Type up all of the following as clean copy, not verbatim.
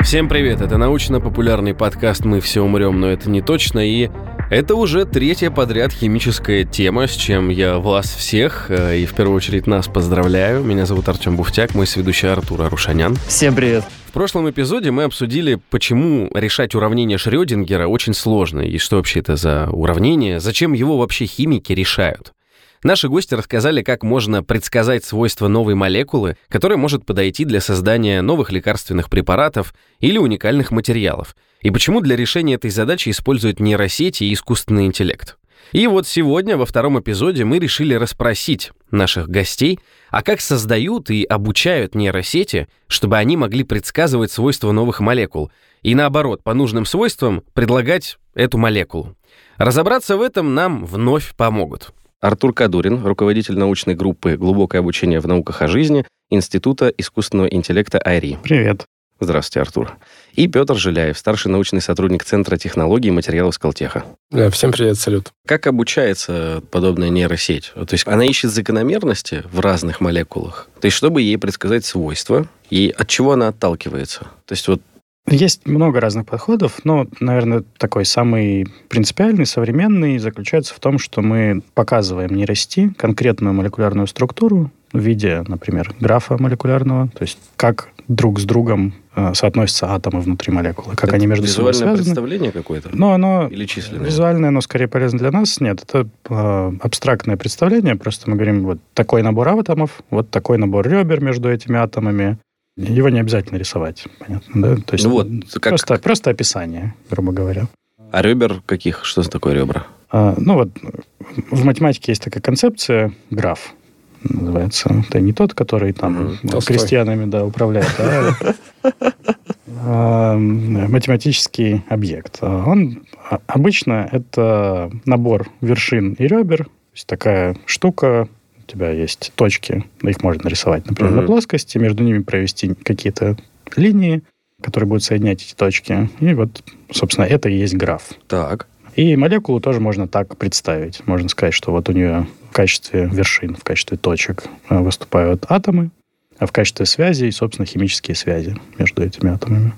Всем привет, это научно-популярный подкаст «Мы все умрем, но это не точно», и это уже третья подряд химическая тема, с чем я вас всех, и в первую очередь нас поздравляю. Меня зовут Артем Буфтяк, мой соведущий Артур Арушанян. Всем привет. В прошлом эпизоде мы обсудили, почему решать уравнение Шрёдингера очень сложно, и что вообще это за уравнение, зачем его вообще химики решают. Наши гости рассказали, как можно предсказать свойства новой молекулы, которая может подойти для создания новых лекарственных препаратов или уникальных материалов, и почему для решения этой задачи используют нейросети и искусственный интеллект. И вот сегодня, во втором эпизоде, мы решили расспросить наших гостей, а как создают и обучают нейросети, чтобы они могли предсказывать свойства новых молекул, и наоборот, по нужным свойствам предлагать эту молекулу. Разобраться в этом нам вновь помогут Артур Кадурин, руководитель научной группы «Глубокое обучение в науках о жизни» Института искусственного интеллекта АйРи. Привет. Здравствуйте, Артур. И Петр Жиляев, старший научный сотрудник Центра технологий и материалов Скалтеха. Да, всем привет, салют. Как обучается подобная нейросеть? То есть она ищет закономерности в разных молекулах? То есть чтобы ей предсказать свойства, и от чего она отталкивается? То есть вот есть много разных подходов, но, наверное, такой самый принципиальный, современный заключается в том, что мы показываем нейросети конкретную молекулярную структуру в виде, например, графа молекулярного, то есть как друг с другом соотносятся атомы внутри молекулы, как это они между собой связаны. Визуальное представление какое-то? Но оно или численное? Визуальное, оно скорее полезно для нас. Нет, это абстрактное представление. Просто мы говорим, вот такой набор атомов, вот такой набор ребер между этими атомами. Его не обязательно рисовать, понятно, да? То есть ну вот, просто описание, грубо говоря. А ребер каких? Что за такое ребра? Ну вот в математике есть такая концепция граф, называется. Это не тот, который там крестьянами управляет, а математический объект. Он обычно это набор вершин и ребер, то есть такая штука. У тебя есть точки, их можно нарисовать, например, на плоскости, между ними провести какие-то линии, которые будут соединять эти точки. И вот, собственно, это и есть граф. Так. И молекулу тоже можно так представить. Можно сказать, что вот у нее в качестве вершин, в качестве точек выступают атомы, а в качестве связей, собственно, химические связи между этими атомами.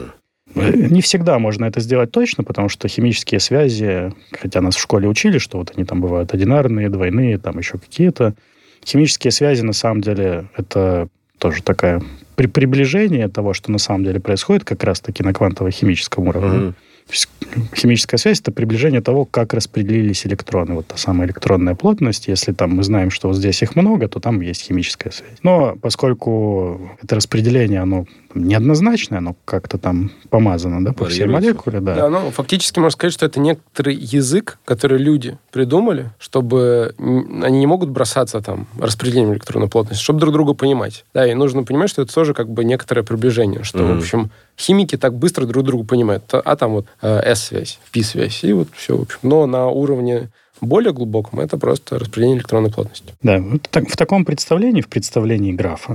Не всегда можно это сделать точно, потому что химические связи, хотя нас в школе учили, что вот они там бывают одинарные, двойные, там еще какие-то. Химические связи, на самом деле, это тоже такое приближение того, что на самом деле происходит как раз-таки на квантово-химическом уровне. То есть химическая связь – это приближение того, как распределились электроны. Вот та самая электронная плотность. Если там мы знаем, что вот здесь их много, то там есть химическая связь. Но поскольку это распределение, оно неоднозначное, оно как-то там помазано, по всей молекуле. Да, ну, фактически можно сказать, что это некоторый язык, который люди придумали, чтобы они не могут бросаться там распределением электронной плотности, чтобы друг друга понимать. Да, и нужно понимать, что это тоже как бы некоторое приближение, что, в общем, химики так быстро друг друга понимают. А там вот S-связь, P-связь, и вот все, в общем. Но на уровне более глубоком это просто распределение электронной плотности. Да, вот в таком представлении, в представлении графа,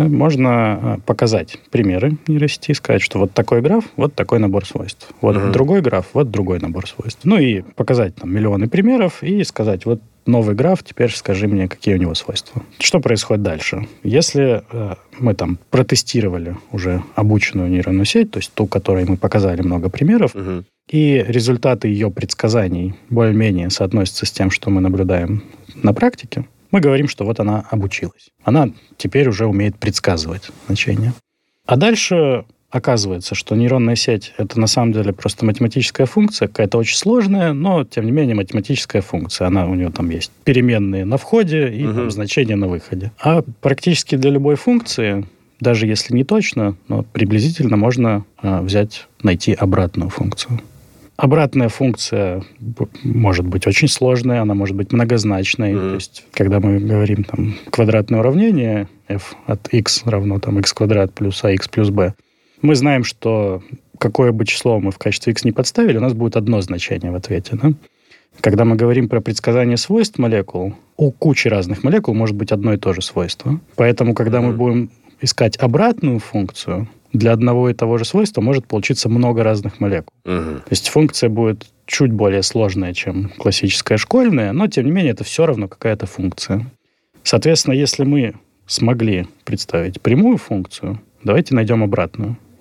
можно показать примеры нейросети, сказать, что вот такой граф, вот такой набор свойств. Вот другой граф, вот другой набор свойств. Ну и показать там миллионы примеров и сказать, вот новый граф, теперь скажи мне, какие у него свойства. Что происходит дальше? Если мы там протестировали уже обученную нейронную сеть, то есть ту, которой мы показали много примеров, и результаты ее предсказаний более-менее соотносятся с тем, что мы наблюдаем на практике, мы говорим, что вот она обучилась. Она теперь уже умеет предсказывать значения. А дальше оказывается, что нейронная сеть – это на самом деле просто математическая функция, какая-то очень сложная, но, тем не менее, математическая функция. У нее там есть переменные на входе и там, значения на выходе. А практически для любой функции, даже если не точно, но приблизительно можно найти обратную функцию. Обратная функция может быть очень сложная, она может быть многозначной. То есть, когда мы говорим там квадратное уравнение f от x равно там x квадрат плюс ax плюс b, мы знаем, что какое бы число мы в качестве x не подставили, у нас будет одно значение в ответе. Да? Когда мы говорим про предсказание свойств молекул, у кучи разных молекул может быть одно и то же свойство. Поэтому, когда мы будем искать обратную функцию, для одного и того же свойства может получиться много разных молекул. То есть функция будет чуть более сложная, чем классическая школьная, но, тем не менее, это все равно какая-то функция. Соответственно, если мы смогли представить прямую функцию, давайте найдем обратную.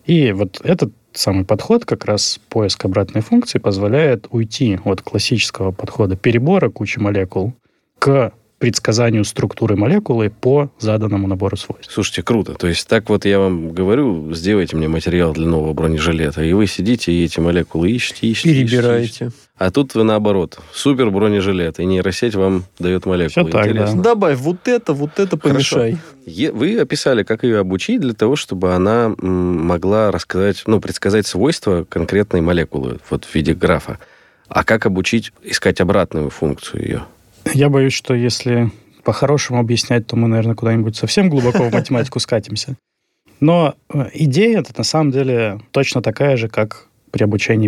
И вот этот самый подход, как раз поиск обратной функции, позволяет уйти от классического подхода перебора кучи молекул к предсказанию структуры молекулы по заданному набору свойств. Слушайте, круто. То есть так вот я вам говорю, сделайте мне материал для нового бронежилета, и вы сидите и эти молекулы ищете. Перебираете. А тут вы наоборот. Супер бронежилет, и нейросеть вам дает молекулы. Все так, интересно. да. Добавь вот это помешай. Вы описали, как ее обучить для того, чтобы она могла рассказать, предсказать свойства конкретной молекулы вот в виде графа. А как обучить искать обратную функцию ее? Я боюсь, что если по-хорошему объяснять, то мы, наверное, куда-нибудь совсем глубоко в математику скатимся. Но идея это на самом деле точно такая же, как при обучении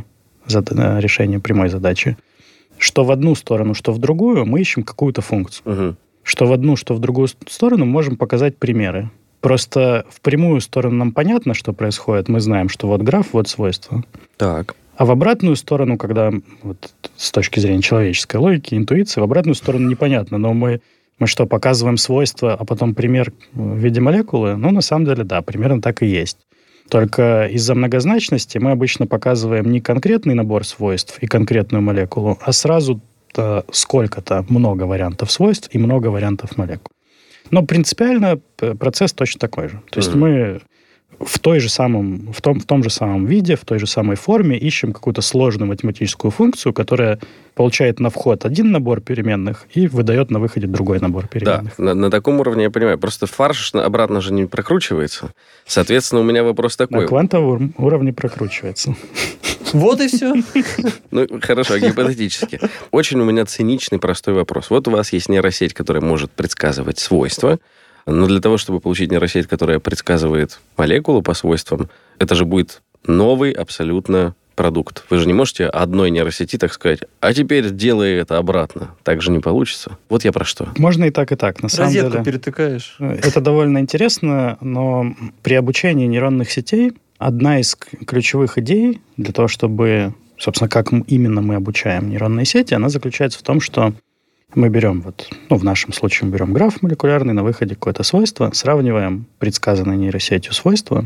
решению прямой задачи. Что в одну сторону, что в другую мы ищем какую-то функцию. Угу. Что в одну, что в другую сторону можем показать примеры. Просто в прямую сторону нам понятно, что происходит. Мы знаем, что вот граф, вот свойства. Так. А в обратную сторону, когда вот, с точки зрения человеческой логики, интуиции, в обратную сторону непонятно. Но мы что, показываем свойства, а потом пример в виде молекулы? На самом деле, да, примерно так и есть. Только из-за многозначности мы обычно показываем не конкретный набор свойств и конкретную молекулу, а сразу сколько-то, много вариантов свойств и много вариантов молекул. Но принципиально процесс точно такой же. То есть мы в том же самом виде, в той же самой форме ищем какую-то сложную математическую функцию, которая получает на вход один набор переменных и выдает на выходе другой набор переменных. Да, на таком уровне я понимаю. Просто фарш обратно же не прокручивается. Соответственно, у меня вопрос такой. На квантовом уровне прокручивается. Вот и все. Хорошо, гипотетически. Очень у меня циничный простой вопрос. Вот у вас есть нейросеть, которая может предсказывать свойства, но для того, чтобы получить нейросеть, которая предсказывает молекулу по свойствам, это же будет новый абсолютно продукт. Вы же не можете одной нейросети, так сказать, а теперь делай это обратно. Так же не получится. Вот я про что. Можно и так, и так. На самом Розетку деле, перетыкаешь. Это довольно интересно, но при обучении нейронных сетей одна из ключевых идей для того, чтобы, собственно, как именно мы обучаем нейронные сети, она заключается в том, что мы берем, в нашем случае мы берем граф молекулярный, на выходе какое-то свойство, сравниваем предсказанное нейросетью свойство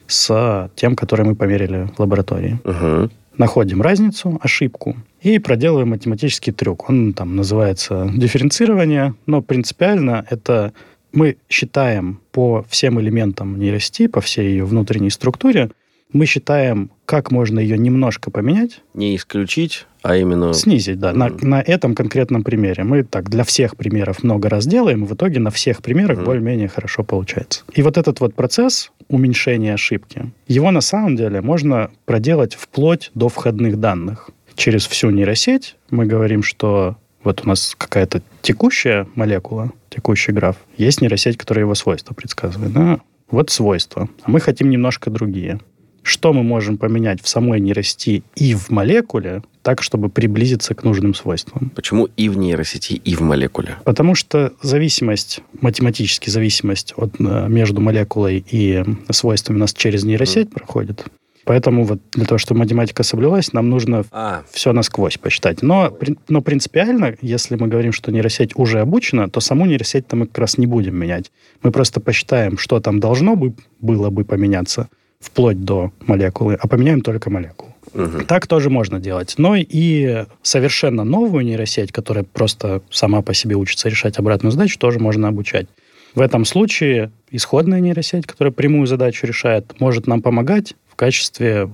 с тем, которое мы померили в лаборатории. Угу. Находим разницу, ошибку и проделываем математический трюк. Он там называется дифференцирование, но принципиально это мы считаем по всем элементам нейросети, по всей ее внутренней структуре, мы считаем, как можно ее немножко поменять. Не исключить, а именно... Снизить, да. На этом конкретном примере. Мы так для всех примеров много раз делаем, и в итоге на всех примерах более-менее хорошо получается. И вот этот вот процесс уменьшения ошибки, его на самом деле можно проделать вплоть до входных данных. Через всю нейросеть мы говорим, что вот у нас какая-то текущая молекула, текущий граф, есть нейросеть, которая его свойства предсказывает. Да? Вот свойства. А мы хотим немножко другие. Что мы можем поменять в самой нейросети и в молекуле, так, чтобы приблизиться к нужным свойствам? Почему и в нейросети, и в молекуле? Потому что математическая зависимость между молекулой и свойствами у нас через нейросеть проходит. Поэтому вот для того, чтобы математика соблюлась, нам нужно все насквозь посчитать. Но принципиально, если мы говорим, что нейросеть уже обучена, то саму нейросеть-то мы как раз не будем менять. Мы просто посчитаем, что там должно было бы поменяться, вплоть до молекулы, а поменяем только молекулу. Угу. Так тоже можно делать. Но и совершенно новую нейросеть, которая просто сама по себе учится решать обратную задачу, тоже можно обучать. В этом случае исходная нейросеть, которая прямую задачу решает, может нам помогать в качестве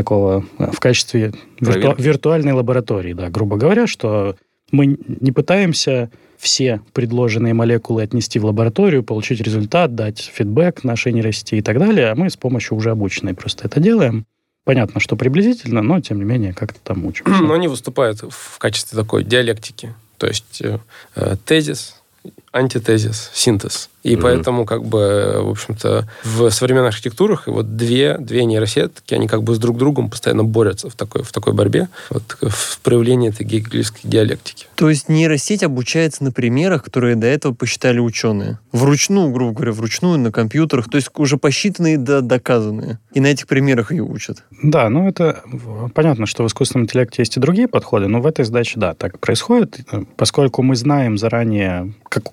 виртуальной лаборатории, да, грубо говоря, что мы не пытаемся все предложенные молекулы отнести в лабораторию, получить результат, дать фидбэк нашей нейросети и так далее, а мы с помощью уже обученной просто это делаем. Понятно, что приблизительно, но, тем не менее, как-то там учимся. Но они выступают в качестве такой диалектики. То есть тезис, антитезис, синтез. И поэтому, в общем-то, в современных архитектурах вот две нейросетки, они как бы с друг другом постоянно борются в такой борьбе, в проявлении этой гегельской диалектики. То есть нейросеть обучается на примерах, которые до этого посчитали ученые. Вручную, грубо говоря, на компьютерах, то есть уже посчитанные да доказанные. И на этих примерах ее учат. Да, это понятно, что в искусственном интеллекте есть и другие подходы, но в этой задаче, да, так происходит, поскольку мы знаем заранее,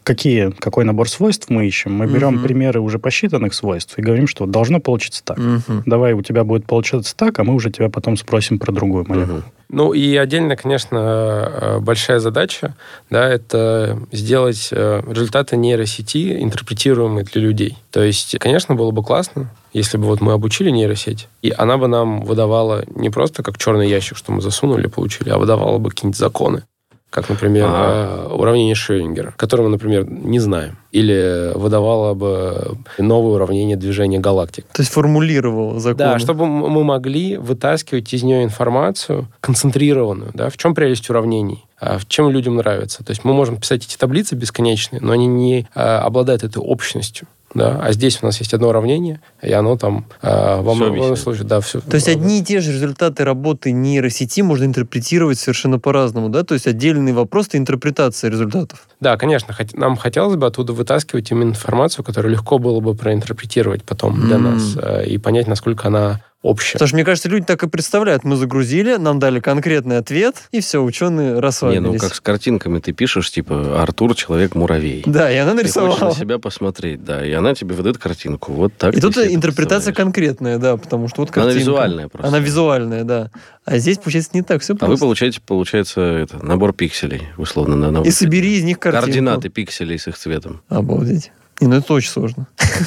какой набор свойств мы ищем. Мы берем примеры уже посчитанных свойств и говорим, что должно получиться так. Давай, у тебя будет получаться так, а мы уже тебя потом спросим про другую молекулу. Ну и отдельно, конечно, большая задача, да, это сделать результаты нейросети интерпретируемые для людей. То есть, конечно, было бы классно, если бы вот мы обучили нейросеть, и она бы нам выдавала не просто как черный ящик, что мы засунули, получили, а выдавала бы какие-нибудь законы. Как, например, уравнение Шрёдингера, которое мы, например, не знаем. Или выдавало бы новое уравнение движения галактик. То есть формулировало законы. Да, чтобы мы могли вытаскивать из нее информацию концентрированную. Да? В чем прелесть уравнений? В чем людям нравится? То есть мы можем писать эти таблицы бесконечные, но они не обладают этой общностью. Да? А здесь у нас есть одно уравнение, и оно там во многом случае... Да, все. То есть одни и те же результаты работы нейросети можно интерпретировать совершенно по-разному, да? То есть отдельный вопрос — это интерпретация результатов. Да, конечно. Нам хотелось бы оттуда вытаскивать именно информацию, которую легко было бы проинтерпретировать потом для нас и понять, насколько она общая. Потому что, мне кажется, люди так и представляют. Мы загрузили, нам дали конкретный ответ, и все, ученые расслабились. Не, ну как с картинками ты пишешь, типа, Артур — человек-муравей. Да, и она нарисовала. Ты хочешь на себя посмотреть, да, и она тебе выдает картинку. Вот так. И тут интерпретация конкретная, да, потому что вот картинка. Она визуальная просто. Она визуальная, да. А здесь, получается, не так все просто. А вы получаете, получается, набор пикселей, условно. На и собери из них картинку. Координаты пикселей с их цветом. Обалдеть. Ну это очень сложно.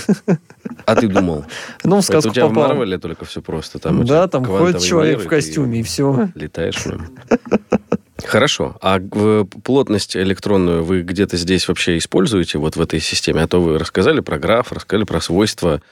А ты думал? Ну, в сказку у тебя попал. в Марвеле только все просто. Там да, там ходит человек в костюме, и все. Летаешь в нем. Хорошо. А плотность электронную вы где-то здесь вообще используете, вот в этой системе? А то вы рассказали про граф, рассказали про свойства.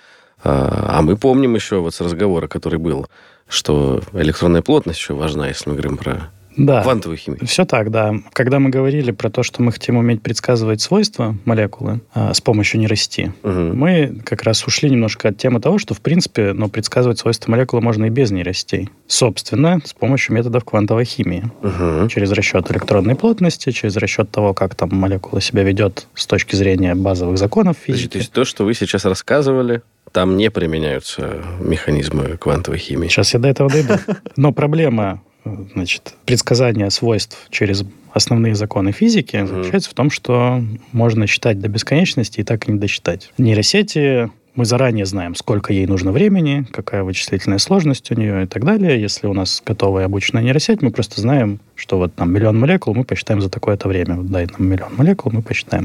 А мы помним еще вот с разговора, который был, что электронная плотность еще важна, если мы говорим про... Да, квантовую химию. Все так, да. Когда мы говорили про то, что мы хотим уметь предсказывать свойства молекулы с помощью нейросети, мы как раз ушли немножко от темы того, что, в принципе, предсказывать свойства молекулы можно и без нейросетей. Собственно, с помощью методов квантовой химии. Через расчет электронной плотности, через расчет того, как там молекула себя ведет с точки зрения базовых законов физики. То есть то, что вы сейчас рассказывали, там не применяются механизмы квантовой химии. Сейчас я до этого дойду. Но проблема... предсказание свойств через основные законы физики заключается в том, что можно считать до бесконечности и так и не досчитать. Нейросети, мы заранее знаем, сколько ей нужно времени, какая вычислительная сложность у нее и так далее. Если у нас готовая обученная нейросеть, мы просто знаем, что вот там 1 000 000 молекул мы посчитаем за такое-то время. Вот дай нам 1 000 000 молекул, мы посчитаем.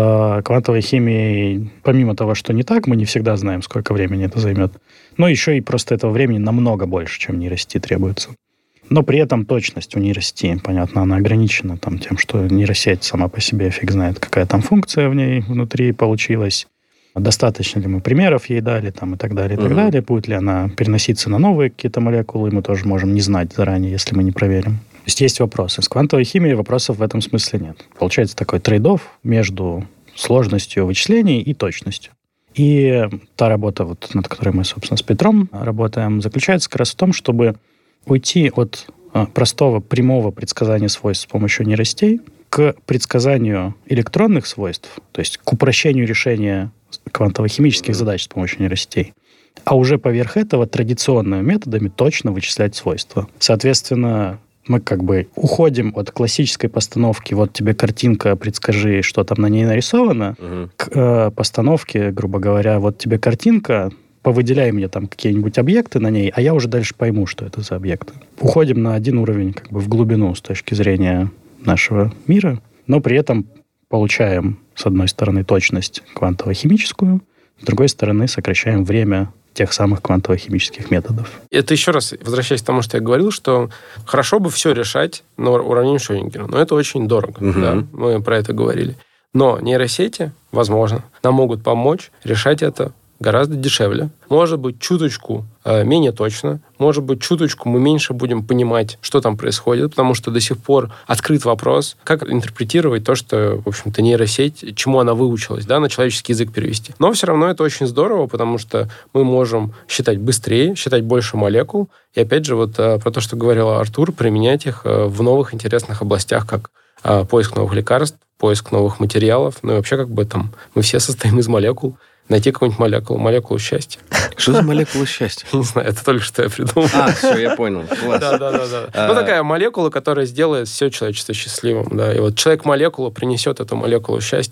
С квантовой химией, помимо того, что не так, мы не всегда знаем, сколько времени это займет. Но еще и просто этого времени намного больше, чем нейросети требуется. Но при этом точность у нейросети, понятно, она ограничена там, тем, что нейросеть сама по себе фиг знает, какая там функция в ней внутри получилась. Достаточно ли мы примеров ей дали там, и так далее, и так далее. Будет ли она переноситься на новые какие-то молекулы, мы тоже можем не знать заранее, если мы не проверим. То есть вопросы. С квантовой химией вопросов в этом смысле нет. Получается такой трейд-офф между сложностью вычислений и точностью. И та работа, вот, над которой мы, собственно, с Петром работаем, заключается как раз в том, чтобы уйти от простого прямого предсказания свойств с помощью нейросетей к предсказанию электронных свойств, то есть к упрощению решения квантово-химических задач с помощью нейросетей, а уже поверх этого традиционными методами точно вычислять свойства. Соответственно, мы как бы уходим от классической постановки «вот тебе картинка, предскажи, что там на ней нарисовано», к постановке, грубо говоря, «вот тебе картинка, повыделяй мне там какие-нибудь объекты на ней, а я уже дальше пойму, что это за объекты». Уходим на один уровень как бы в глубину с точки зрения нашего мира, но при этом получаем, с одной стороны, точность квантово-химическую, с другой стороны, сокращаем время тех самых квантово-химических методов. Это еще раз, возвращаясь к тому, что я говорил, что хорошо бы все решать на уравнении Шрёдингера, но это очень дорого. Да? Мы про это говорили. Но нейросети, возможно, нам могут помочь решать это гораздо дешевле. Может быть, чуточку менее точно. Может быть, чуточку мы меньше будем понимать, что там происходит, потому что до сих пор открыт вопрос, как интерпретировать то, что, в общем-то, нейросеть, чему она выучилась, да, на человеческий язык перевести. Но все равно это очень здорово, потому что мы можем считать быстрее, считать больше молекул. И опять же, вот про то, что говорил Артур, применять их в новых интересных областях, как поиск новых лекарств, поиск новых материалов. Ну и вообще, как бы там, мы все состоим из молекул. Найти какую-нибудь молекулу счастья. Что за молекула счастья? Не знаю, это только что я придумал. Все, я понял. Класс. Да. Ну, такая молекула, которая сделает все человечество счастливым. Да. И вот человек-молекула принесет эту молекулу счастья.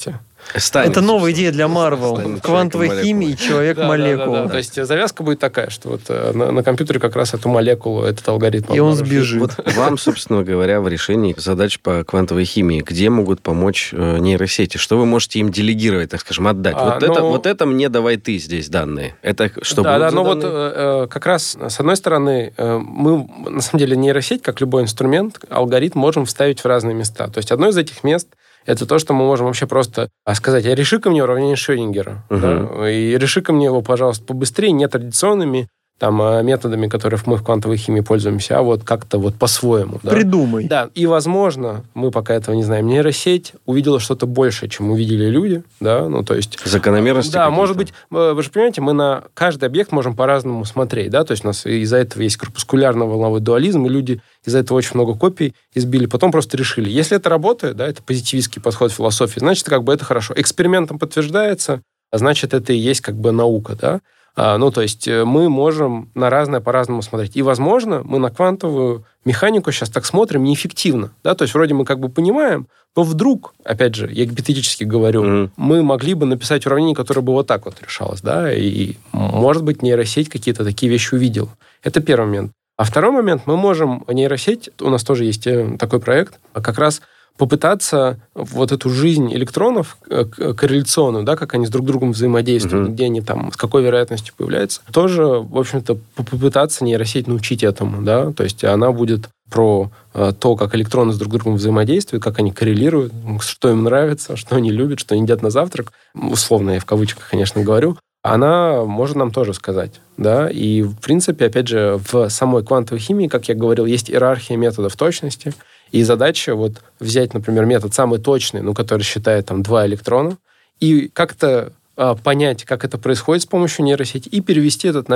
Это новая идея для Marvel. Квантовая химия и человек-молекула. Да. То есть завязка будет такая, что вот на компьютере как раз эту молекулу, этот алгоритм. И он сбежит. Вот вам, собственно говоря, в решении задач по квантовой химии, где могут помочь нейросети? Что вы можете им делегировать, так скажем, отдать? Вот это мне давай ты здесь данные. Это что будет за данные? Вот как раз, с одной стороны, мы, на самом деле, нейросеть, как любой инструмент, алгоритм можем вставить в разные места. То есть одно из этих мест это то, что мы можем вообще просто сказать, реши-ка мне уравнение Шрёдингера, да? И реши-ка мне его, пожалуйста, побыстрее, не традиционными методами, которые мы в квантовой химии пользуемся, а вот как-то вот по-своему. Да? Придумай. Да, и, возможно, мы пока этого не знаем, нейросеть увидела что-то большее, чем увидели люди, да, ну, то есть... Закономерности Да, может быть, вы же понимаете, мы на каждый объект можем по-разному смотреть, да, то есть у нас из-за этого есть корпускулярно-волновой дуализм, и люди из-за этого очень много копий избили, потом просто решили. Если это работает, да, это позитивистский подход в философии, значит, как бы это хорошо. Экспериментом подтверждается, а значит, это и есть как бы наука, да. Ну, то есть мы можем на разное по-разному смотреть. И, возможно, мы на квантовую механику сейчас так смотрим неэффективно. Да? То есть вроде мы как бы понимаем, но вдруг, опять же, я гипотетически говорю, мы могли бы написать уравнение, которое бы вот так вот решалось. Да? И, может быть, нейросеть какие-то такие вещи увидела. Это первый момент. А второй момент, мы можем нейросеть, у нас тоже есть такой проект, как раз попытаться вот эту жизнь электронов корреляционную, да, как они с друг другом взаимодействуют, где они там, с какой вероятностью появляются, тоже, в общем-то, попытаться нейросеть научить этому, да, то есть она будет про то, как электроны с друг другом взаимодействуют, как они коррелируют, что им нравится, что они любят, что они едят на завтрак, условно я в кавычках, конечно, говорю, она может нам тоже сказать, да, и, в принципе, опять же, в самой квантовой химии, как я говорил, есть иерархия методов точности, и задача вот взять, например, метод самый точный, ну, который считает там 2 электрона, и как-то понять, как это происходит с помощью нейросети, и перевести этот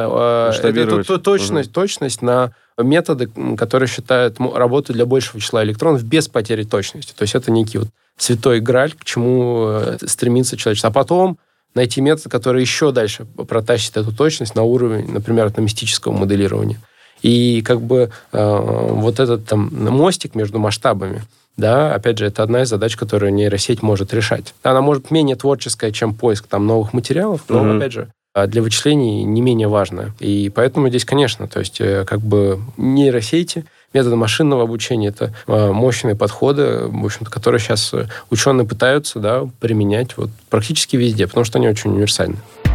эту точность на методы, которые считают работу для большего числа электронов без потери точности. То есть это некий вот святой грааль, к чему стремится человечество. А потом найти метод, который еще дальше протащит эту точность на уровень, например, атомистического моделирования. И как бы вот этот там мостик между масштабами, да, опять же, это одна из задач, которую нейросеть может решать. Она может менее творческая, чем поиск там новых материалов, но, опять же, для вычислений не менее важная. И поэтому здесь, конечно, то есть как бы нейросети, методы машинного обучения, это мощные подходы, в общем-то, которые сейчас ученые пытаются, да, применять вот практически везде, потому что они очень универсальны.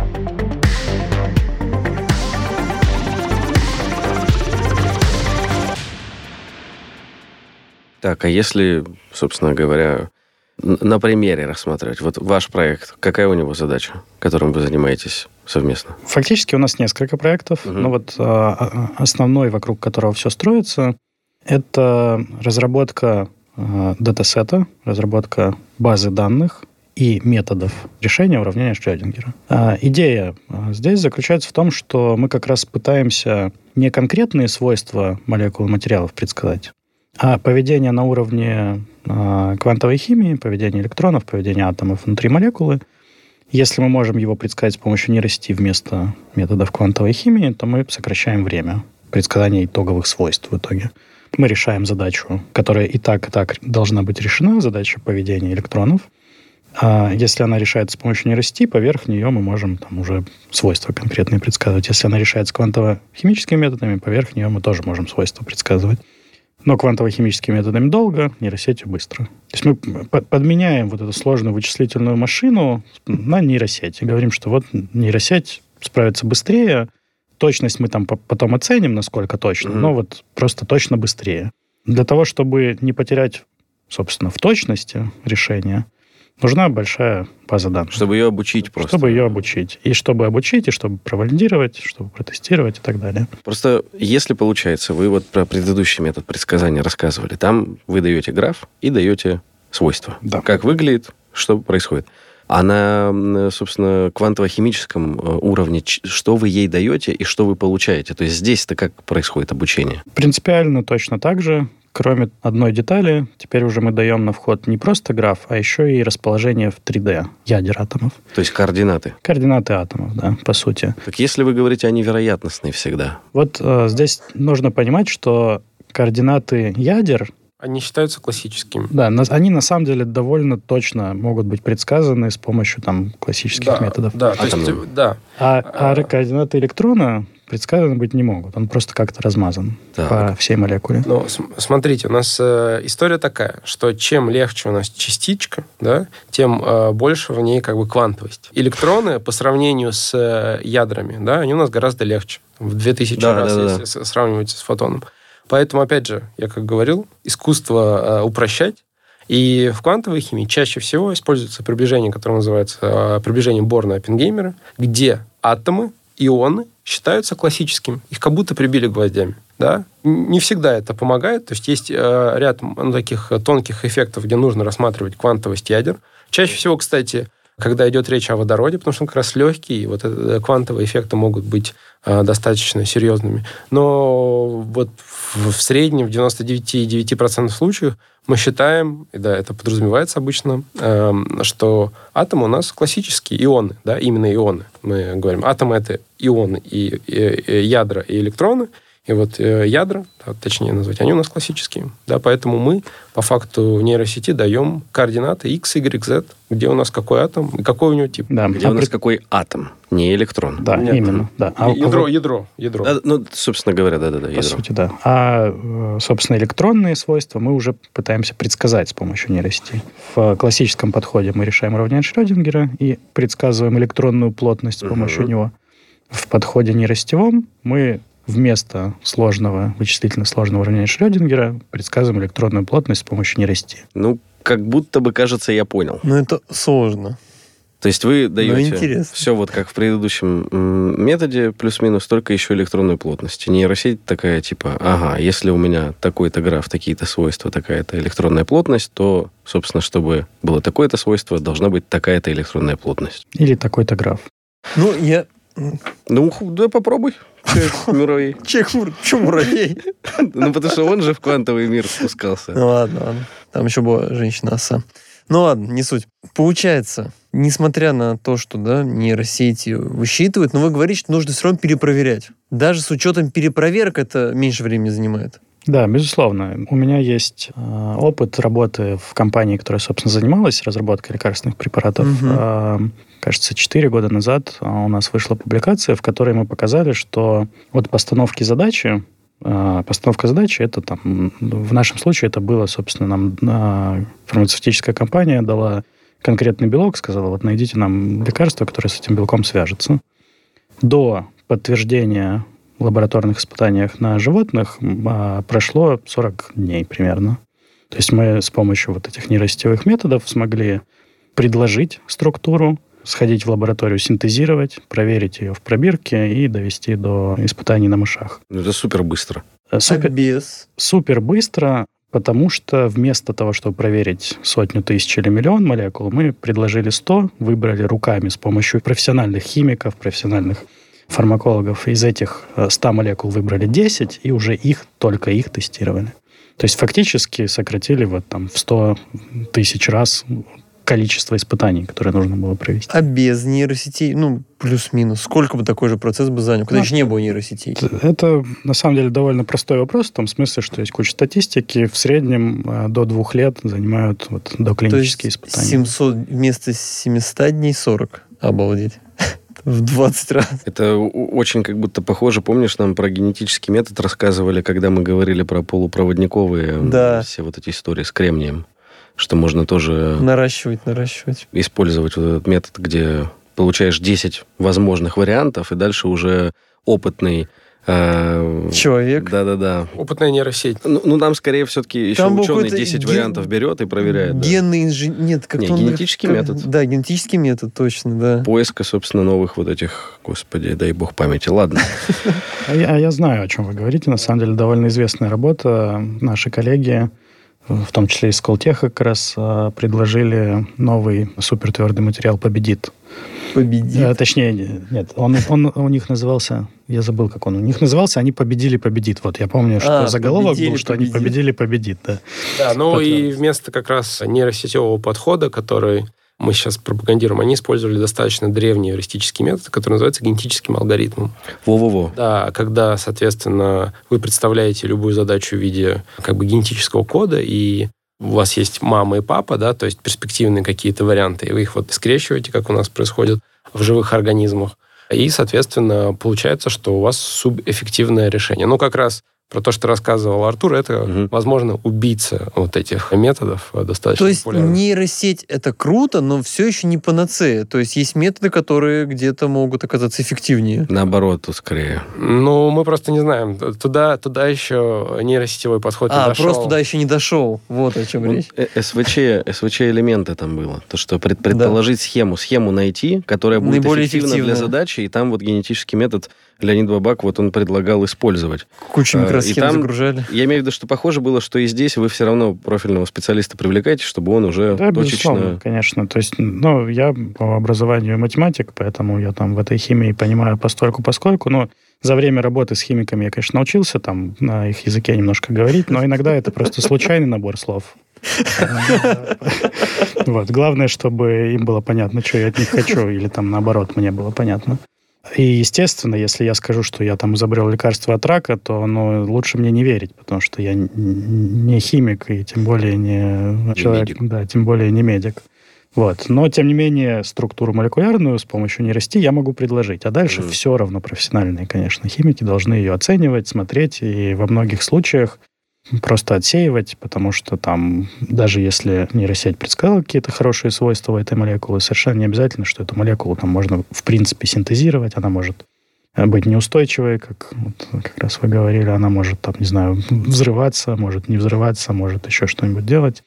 Так, а если, собственно говоря, на примере рассматривать, вот ваш проект, какая у него задача, которым вы занимаетесь совместно? Фактически у нас несколько проектов, но вот основной, вокруг которого все строится, это разработка датасета, разработка базы данных и методов решения уравнения Шрёдингера. Идея здесь заключается в том, что мы как раз пытаемся не конкретные свойства молекул и материалов предсказать, а поведение на уровне квантовой химии, поведение электронов, поведение атомов внутри молекулы. Если мы можем его предсказать с помощью нейросети вместо методов квантовой химии, то мы сокращаем время предсказания итоговых свойств в итоге. Мы решаем задачу, которая и так должна быть решена, задача поведения электронов. А если она решается с помощью нейросети, поверх нее мы можем там уже свойства конкретные предсказывать. Если она решается квантово-химическими методами, поверх нее мы тоже можем свойства предсказывать. Но квантово-химическими методами долго, нейросетью быстро. То есть мы подменяем вот эту сложную вычислительную машину на нейросеть. И говорим, что вот нейросеть справится быстрее, точность мы там потом оценим, насколько точно, но вот просто точно быстрее. Для того, чтобы не потерять, собственно, в точности решения, нужна большая база данных. Чтобы ее обучить просто. Чтобы ее обучить. И чтобы обучить, и чтобы провалидировать, чтобы протестировать и так далее. Просто если получается, вы вот про предыдущий метод предсказания рассказывали, там вы даете граф и даете свойства. Да. Как выглядит, что происходит. А на, собственно, квантово-химическом уровне, что вы ей даете и что вы получаете? То есть здесь-то как происходит обучение? Принципиально точно так же. Кроме одной детали, теперь уже мы даем на вход не просто граф, а еще и расположение в 3D ядер атомов. То есть координаты? Координаты атомов, да, по сути. Так если вы говорите, они вероятностные всегда. Вот здесь нужно понимать, что координаты ядер... Они считаются классическими. Да, они на самом деле довольно точно могут быть предсказаны с помощью там классических методов. Да, то есть, да. А координаты электрона предсказаны быть не могут. Он просто как-то размазан по всей молекуле. Ну, смотрите, у нас история такая, что чем легче у нас частичка, да, тем больше в ней как бы квантовость. Электроны по сравнению с ядрами, да, они у нас гораздо легче. В 2000 раз, если сравнивать с фотоном. Поэтому, опять же, я как говорил, искусство упрощать. И в квантовой химии чаще всего используется приближение, которое называется приближением Борна-Оппенгеймера, где атомы, ионы считаются классическими. Их как будто прибили гвоздями. Да? Не всегда это помогает. То есть есть ряд таких тонких эффектов, где нужно рассматривать квантовость ядер. Чаще всего, кстати, когда идет речь о водороде, потому что он как раз легкий, и вот квантовые эффекты могут быть достаточно серьезными. Но вот в среднем, в 99,9% случаев мы считаем, и да, это подразумевается обычно, что атомы у нас классические, ионы, да, именно ионы. Мы говорим, атомы — это ионы, и ядра, и электроны. И вот ядра, точнее назвать, они у нас классические. Да, поэтому мы по факту нейросети даем координаты x, y, z, где у нас какой атом и какой у него тип. Да. Где у нас какой атом, не электрон. Да, нет, именно. Да. Ядро. Да, ну, собственно говоря, да, ядро. По сути, да. А, собственно, электронные свойства мы уже пытаемся предсказать с помощью нейросети. В классическом подходе мы решаем уравнение Шрёдингера и предсказываем электронную плотность с помощью него. В подходе нейросетевом мы вместо вычислительно сложного уравнения Шрёдингера предсказываем электронную плотность с помощью нейросети. Ну, как будто бы, кажется, я понял. Но это сложно. То есть вы даете все вот как в предыдущем методе, плюс-минус, только еще электронную плотность. Нейросеть такая, типа, ага, если у меня такой-то граф, такие-то свойства, такая-то электронная плотность, то, собственно, чтобы было такое-то свойство, должна быть такая-то электронная плотность. Или такой-то граф. Ну, да попробуй. Муравей. Почему муравей? Ну, потому что он же в квантовый мир спускался. Ну, ладно. Там еще была женщина-оса. Ну, ладно, не суть. Получается, несмотря на то, что нейросети высчитывают, но вы говорите, что нужно все равно перепроверять. Даже с учетом перепроверок это меньше времени занимает. Да, безусловно. У меня есть опыт работы в компании, которая, собственно, занималась разработкой лекарственных препаратов. Кажется, 4 года назад у нас вышла публикация, в которой мы показали, что от постановка задачи, это там, в нашем случае это было, собственно, нам фармацевтическая компания дала конкретный белок, сказала, вот найдите нам лекарство, которое с этим белком свяжется. До подтверждения в лабораторных испытаниях на животных прошло 40 дней примерно. То есть мы с помощью вот этих нейросетевых методов смогли предложить структуру, сходить в лабораторию, синтезировать, проверить ее в пробирке и довести до испытаний на мышах. Это супер быстро. Супер быстро, потому что вместо того, чтобы проверить 100 тысяч или миллион молекул, мы предложили 100, выбрали руками с помощью профессиональных химиков, профессиональных фармакологов. Из этих 100 молекул выбрали 10, и уже только их тестировали. То есть фактически сократили вот там в 100 тысяч раз количество испытаний, которые нужно было провести. А без нейросетей, плюс-минус, сколько бы такой же процесс бы занял, когда еще не было нейросетей? Это, на самом деле, довольно простой вопрос, в том смысле, что есть куча статистики, в среднем до 2 лет занимают доклинические испытания. 700 вместо 700 дней 40. Обалдеть. В 20 раз. Это очень как будто похоже. Помнишь, нам про генетический метод рассказывали, когда мы говорили про полупроводниковые все вот эти истории с кремнием? Что можно тоже наращивать. Использовать вот этот метод, где получаешь 10 возможных вариантов, и дальше уже опытный человек. Да. Опытная нейросеть. Ну, там скорее все-таки еще ученый 10 вариантов берет и проверяет. Генный инженер... Нет, как-то генетический метод. Да, генетический метод, точно, да. Поиска, собственно, новых вот этих, господи, дай бог памяти. Ладно. Я знаю, о чем вы говорите. На самом деле, довольно известная работа. Наши коллеги, в том числе из Сколтеха, как раз предложили новый супертвердый материал «Победит». Точнее, нет, он у них назывался, я забыл, как он у них назывался, они победит. Вот я помню, что заголовок был, что они победит, да. Да, и вместо как раз нейросетевого подхода, который мы сейчас пропагандируем, они использовали достаточно древний эвристический метод, который называется генетическим алгоритмом. Во-во-во. Да, когда, соответственно, вы представляете любую задачу в виде как бы генетического кода, и у вас есть мама и папа, да, то есть перспективные какие-то варианты, и вы их вот скрещиваете, как у нас происходит в живых организмах, и, соответственно, получается, что у вас субэффективное решение. Ну, как раз про то, что рассказывал Артур, это, возможно, убийца вот этих методов достаточно популярных. То есть нейросеть — это круто, но все еще не панацея. То есть есть методы, которые где-то могут оказаться эффективнее. Наоборот, тут скорее. Ну, мы просто не знаем. Туда еще нейросетевой подход не дошел. Просто туда еще не дошел. Вот о чем речь. СВЧ элементы там было. То, что предположить схему найти, которая будет наиболее эффективна для задачи, и там вот генетический метод Леонид Бабак, вот он предлагал использовать. Кучу микросхем загружали. Я имею в виду, что похоже было, что и здесь вы все равно профильного специалиста привлекаете, чтобы он уже точечно... безусловно, конечно. То есть, я по образованию математик, поэтому я там в этой химии понимаю постольку-поскольку, но за время работы с химиками я, конечно, научился там на их языке немножко говорить, но иногда это просто случайный набор слов. Вот. Главное, чтобы им было понятно, что я от них хочу, или там наоборот, мне было понятно. И, естественно, если я скажу, что я там изобрел лекарство от рака, то лучше мне не верить, потому что я не химик и тем более не человек, медик. Да, тем более не медик. Вот. Но, тем не менее, структуру молекулярную с помощью нейросети я могу предложить. А дальше все равно профессиональные, конечно, химики должны ее оценивать, смотреть, и во многих случаях просто отсеивать, потому что там, даже если нейросеть предсказала какие-то хорошие свойства у этой молекулы, совершенно не обязательно, что эту молекулу там можно, в принципе, синтезировать. Она может быть неустойчивой, как раз вы говорили, она может, там, не знаю, взрываться, может не взрываться, может еще что-нибудь делать.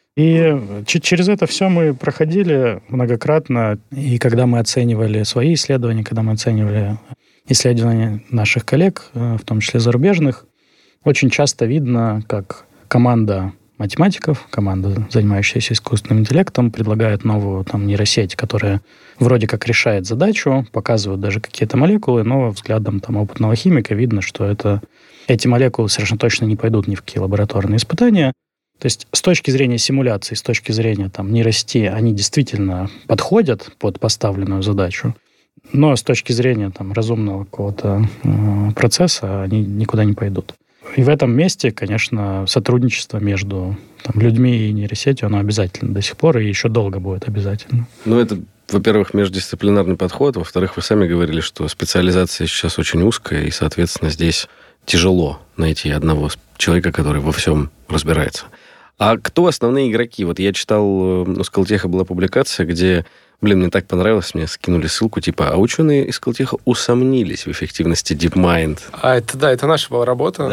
И через это все мы проходили многократно, и когда мы оценивали свои исследования, когда мы оценивали исследования наших коллег, в том числе зарубежных, очень часто видно, как команда математиков, команда, занимающаяся искусственным интеллектом, предлагает новую там нейросеть, которая вроде как решает задачу, показывают даже какие-то молекулы, но взглядом там опытного химика видно, что эти молекулы совершенно точно не пойдут ни в какие лабораторные испытания. То есть с точки зрения симуляции, с точки зрения там нейросети, они действительно подходят под поставленную задачу, но с точки зрения там разумного какого-то процесса они никуда не пойдут. И в этом месте, конечно, сотрудничество между людьми и нейросетью, оно обязательно до сих пор, и еще долго будет обязательно. Это, во-первых, междисциплинарный подход, во-вторых, вы сами говорили, что специализация сейчас очень узкая, и, соответственно, здесь тяжело найти одного человека, который во всем разбирается. А кто основные игроки? Вот я читал, у Скалтеха была публикация, где... мне так понравилось, мне скинули ссылку, а ученые из Скалтеха усомнились в эффективности DeepMind. Это наша была работа.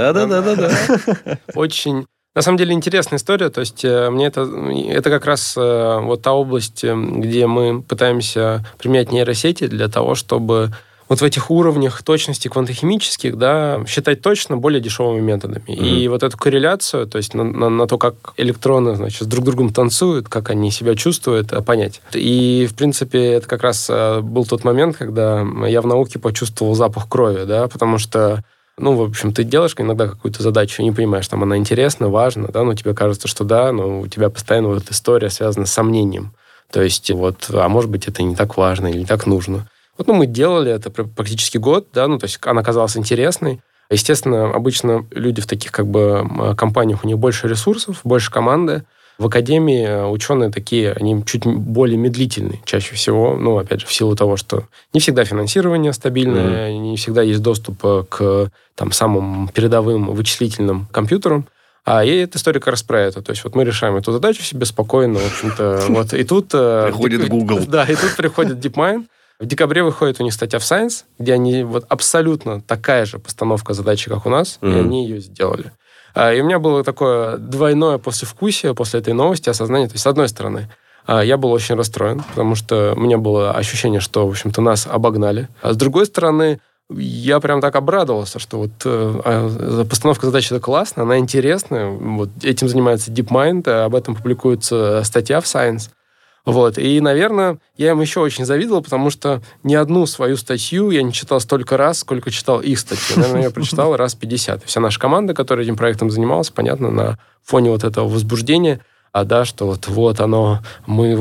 Да. Очень, на самом деле, интересная история. То есть мне это как раз вот та область, где мы пытаемся применять нейросети для того, чтобы вот в этих уровнях точности квантохимических, считать точно более дешевыми методами. И вот эту корреляцию, то есть на то, как электроны, с друг другом танцуют, как они себя чувствуют, понять. И, в принципе, это как раз был тот момент, когда я в науке почувствовал запах крови, потому что, в общем, ты делаешь иногда какую-то задачу и не понимаешь, там она интересна, важна, но тебе кажется, что но у тебя постоянно вот эта история связана с сомнением. То есть а может быть, это не так важно или не так нужно. Мы делали это практически год, то есть она казалась интересной. Естественно, обычно люди в таких компаниях, у них больше ресурсов, больше команды. В академии ученые такие, они чуть более медлительные чаще всего, опять же, в силу того, что не всегда финансирование стабильное, не всегда есть доступ к самым передовым вычислительным компьютерам. И эта история как раз про это. То есть мы решаем эту задачу себе спокойно, в общем-то. И тут... Приходит Google. Да, и тут приходит DeepMind. В декабре выходит у них статья в Science, где они абсолютно такая же постановка задачи, как у нас, и они ее сделали. И у меня было такое двойное послевкусие после этой новости, осознание. То есть, с одной стороны, я был очень расстроен, потому что у меня было ощущение, что, в общем-то, нас обогнали. А с другой стороны, я прям так обрадовался, что постановка задачи это классная, она интересная. Этим занимается DeepMind, об этом публикуется статья в Science. И, наверное, я им еще очень завидовал, потому что ни одну свою статью я не читал столько раз, сколько читал их статью. Наверное, я прочитал раз 50. Вся наша команда, которая этим проектом занималась, понятно, на фоне этого возбуждения, что оно, мы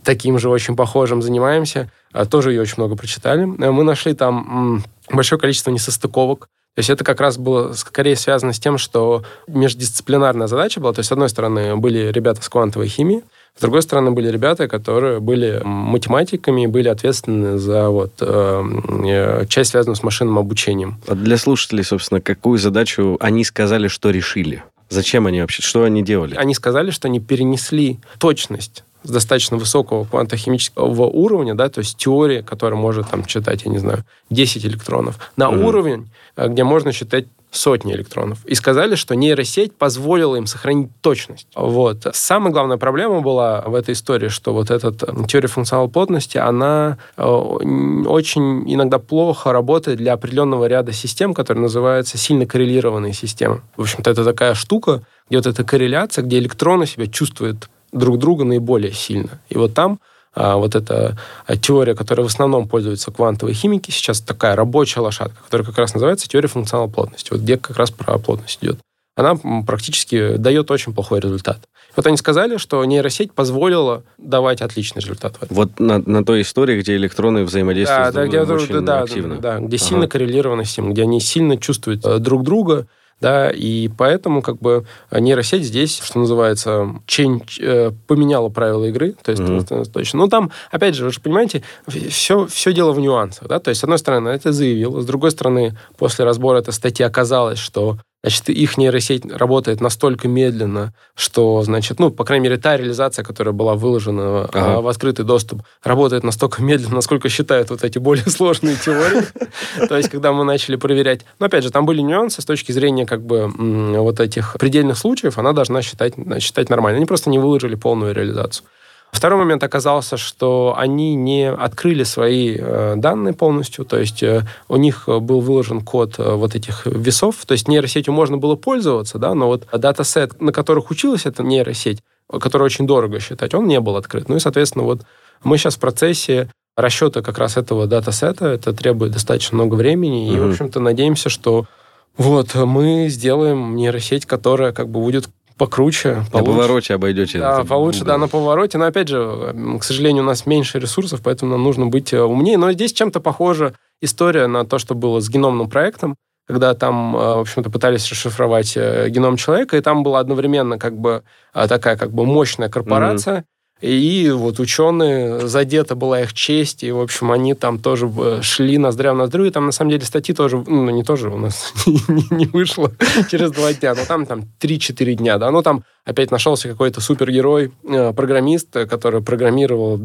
таким же очень похожим занимаемся. Тоже ее очень много прочитали. Мы нашли там большое количество несостыковок. То есть это как раз было скорее связано с тем, что междисциплинарная задача была. То есть, с одной стороны, были ребята с квантовой химией, с другой стороны, были ребята, которые были математиками и были ответственны за часть, связанную с машинным обучением. Для слушателей, собственно, какую задачу они сказали, что решили? Зачем они вообще? Что они делали? Они сказали, что они перенесли точность с достаточно высокого квантохимического уровня, да, то есть теория, которая может там читать, 10 электронов, на уровень, где можно считать сотни электронов. И сказали, что нейросеть позволила им сохранить точность. Самая главная проблема была в этой истории, что эта теория функциональной плотности, она очень иногда плохо работает для определенного ряда систем, которые называются сильно коррелированные системы. В общем-то, это такая штука, где эта корреляция, где электроны себя чувствуют друг друга наиболее сильно. И там эта теория, которая в основном пользуется квантовой химики, сейчас такая рабочая лошадка, которая как раз называется теория функциональной плотности. Где как раз про плотность идет. Она практически дает очень плохой результат. Они сказали, что нейросеть позволила давать отличный результат. На той истории, где электроны взаимодействуют очень активно. Да, где сильно коррелированы системы, где они сильно чувствуют друг друга. Да, и поэтому нейросеть здесь, что называется, поменяла правила игры. То есть, точно. Но там, опять же, вы же понимаете, все дело в нюансах. Да? То есть, с одной стороны, это заявил, с другой стороны, после разбора этой статьи оказалось, что их нейросеть работает настолько медленно, что, по крайней мере, та реализация, которая была выложена в открытый доступ, работает настолько медленно, насколько считают эти более сложные теории. То есть, когда мы начали проверять... Но, опять же, там были нюансы с точки зрения этих предельных случаев, она должна считать нормально. Они просто не выложили полную реализацию. Второй момент оказался, что они не открыли свои данные полностью, то есть у них был выложен код этих весов, то есть нейросетью можно было пользоваться, да, но датасет, на которых училась эта нейросеть, который очень дорого считать, он не был открыт. И, соответственно, мы сейчас в процессе расчета как раз этого датасета, это требует достаточно много времени, и, в общем-то, надеемся, что мы сделаем нейросеть, которая будет покруче, получше. На повороте обойдете. Да, получше, на повороте. Но, опять же, к сожалению, у нас меньше ресурсов, поэтому нам нужно быть умнее. Но здесь чем-то похожа история на то, что было с геномным проектом, когда там, в общем-то, пытались расшифровать геном человека, и там была одновременно такая мощная корпорация, и ученые, задета была их честь, и, в общем, они там тоже шли ноздря в ноздрю, и там, на самом деле, статьи тоже, не тоже у нас не вышло через 2 дня, но там 3-4 дня, да, там опять нашелся какой-то супергерой, программист, который программировал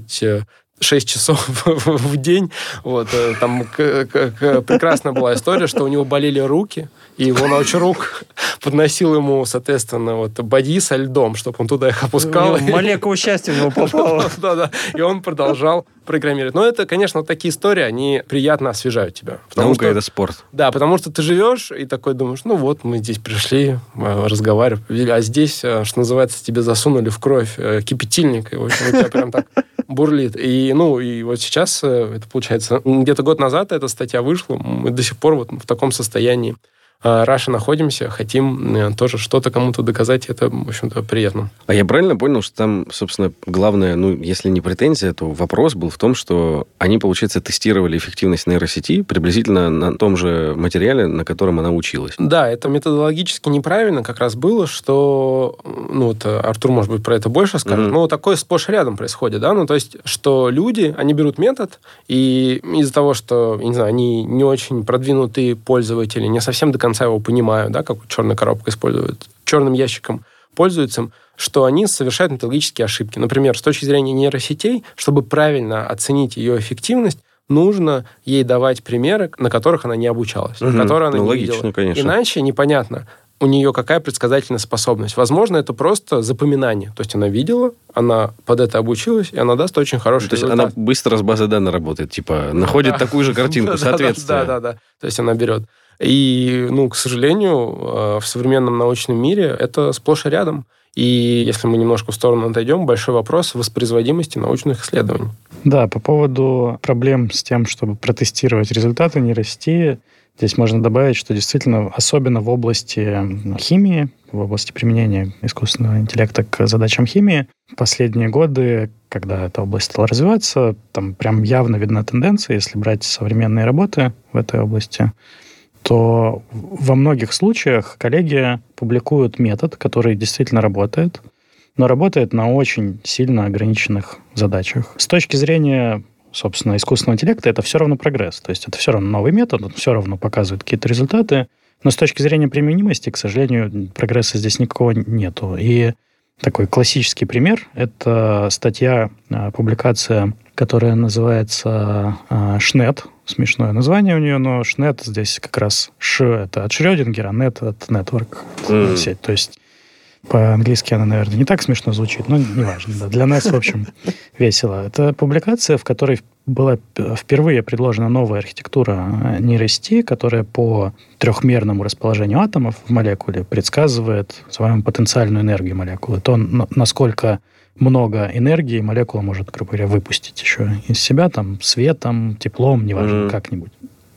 26 часов в день. Там прекрасная была история, что у него болели руки, и его научрук подносил ему, соответственно, боди со льдом, чтобы он туда их опускал. Молекула счастья в него попала. Да. И он продолжал программировать. Но это, конечно, такие истории, они приятно освежают тебя. Наука — это спорт. Да, потому что ты живешь и такой думаешь, мы здесь пришли разговаривать, а здесь, что называется, тебе засунули в кровь кипятильник, и, в общем, у тебя прям так бурлит. И сейчас, это получается, где-то год назад эта статья вышла, мы до сих пор в таком состоянии Раша находимся, хотим тоже что-то кому-то доказать, это, в общем-то, приятно. А я правильно понял, что там, собственно, главное, если не претензия, то вопрос был в том, что они, получается, тестировали эффективность нейросети приблизительно на том же материале, на котором она училась. Да, это методологически неправильно как раз было, что, Артур, может быть, про это больше скажет, но такое сплошь рядом происходит, да, то есть, что люди, они берут метод, и из-за того, что, они не очень продвинутые пользователи, не совсем до конца его понимают, да, как черная коробка используют, черным ящиком пользуются, что они совершают методологические ошибки. Например, с точки зрения нейросетей, чтобы правильно оценить ее эффективность, нужно ей давать примеры, на которых она не обучалась, которые она не видела. Конечно. Иначе непонятно, у нее какая предсказательная способность. Возможно, это просто запоминание. То есть она видела, она под это обучилась, и она даст очень хороший результат. То есть она быстро с базой данных работает, находит такую же картинку, соответственно. Да. То есть она берет. И, к сожалению, в современном научном мире это сплошь и рядом. И если мы немножко в сторону отойдем, большой вопрос воспроизводимости научных исследований. Да, по поводу проблем с тем, чтобы протестировать результаты нейросети, здесь можно добавить, что действительно, особенно в области химии, в области применения искусственного интеллекта к задачам химии, в последние годы, когда эта область стала развиваться, там прям явно видна тенденция, если брать современные работы в этой области, то во многих случаях коллеги публикуют метод, который действительно работает, но работает на очень сильно ограниченных задачах. С точки зрения, собственно, искусственного интеллекта, это все равно прогресс. То есть это все равно новый метод, он все равно показывает какие-то результаты, но с точки зрения применимости, к сожалению, прогресса здесь никакого нету. И такой классический пример — это статья, публикация, которая называется «Шнет». Смешное название у нее, но «Шнет» здесь как раз «Ш» — это от Шрёдингера, «Нет» — от «Network», сеть. То есть по-английски она, наверное, не так смешно звучит, но неважно. Да. Для нас, в общем, весело. Это публикация, в которой была впервые предложена новая архитектура нейросети, которая по трехмерному расположению атомов в молекуле предсказывает называемую потенциальную энергию молекулы. То, насколько много энергии молекула может, грубо говоря, выпустить еще из себя, там, светом, теплом, неважно, как-нибудь.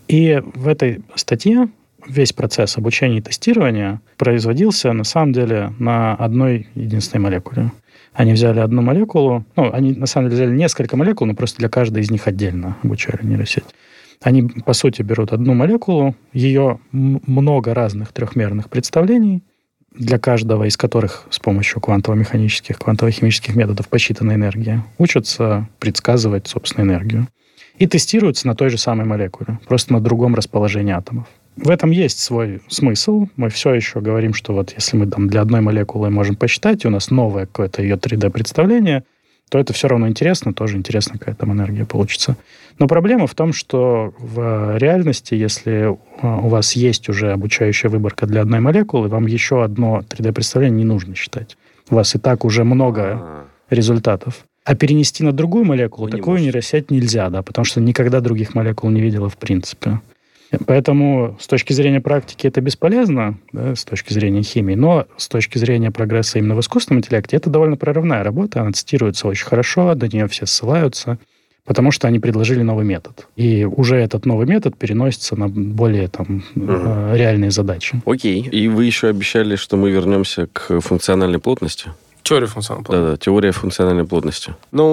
И в этой статье весь процесс обучения и тестирования производился, на самом деле, на одной единственной молекуле. Они взяли одну молекулу, они, на самом деле, взяли несколько молекул, но просто для каждой из них отдельно обучали нейросеть. Они, по сути, берут одну молекулу, ее много разных трехмерных представлений, для каждого из которых с помощью квантово-механических, квантово-химических методов посчитана энергия, учатся предсказывать, собственно, энергию. И тестируются на той же самой молекуле, просто на другом расположении атомов. В этом есть свой смысл. Мы все еще говорим, что вот если мы там для одной молекулы можем посчитать, и у нас новое какое-то ее 3D-представление, то это все равно интересно, тоже интересно, какая там энергия получится. Но проблема в том, что в реальности, если у вас есть уже обучающая выборка для одной молекулы, вам еще одно 3D-представление не нужно считать. У вас и так уже много результатов. А перенести на другую молекулу такую нейросеть нельзя, да, потому что никогда других молекул не видела в принципе. Поэтому с точки зрения практики это бесполезно, да, с точки зрения химии, но с точки зрения прогресса именно в искусственном интеллекте это довольно прорывная работа, она цитируется очень хорошо, до нее все ссылаются, потому что они предложили новый метод. И уже этот новый метод переносится на более реальные задачи. Окей. И вы еще обещали, что мы вернемся к функциональной плотности? Теория функциональной плотности. Да, теория функциональной плотности.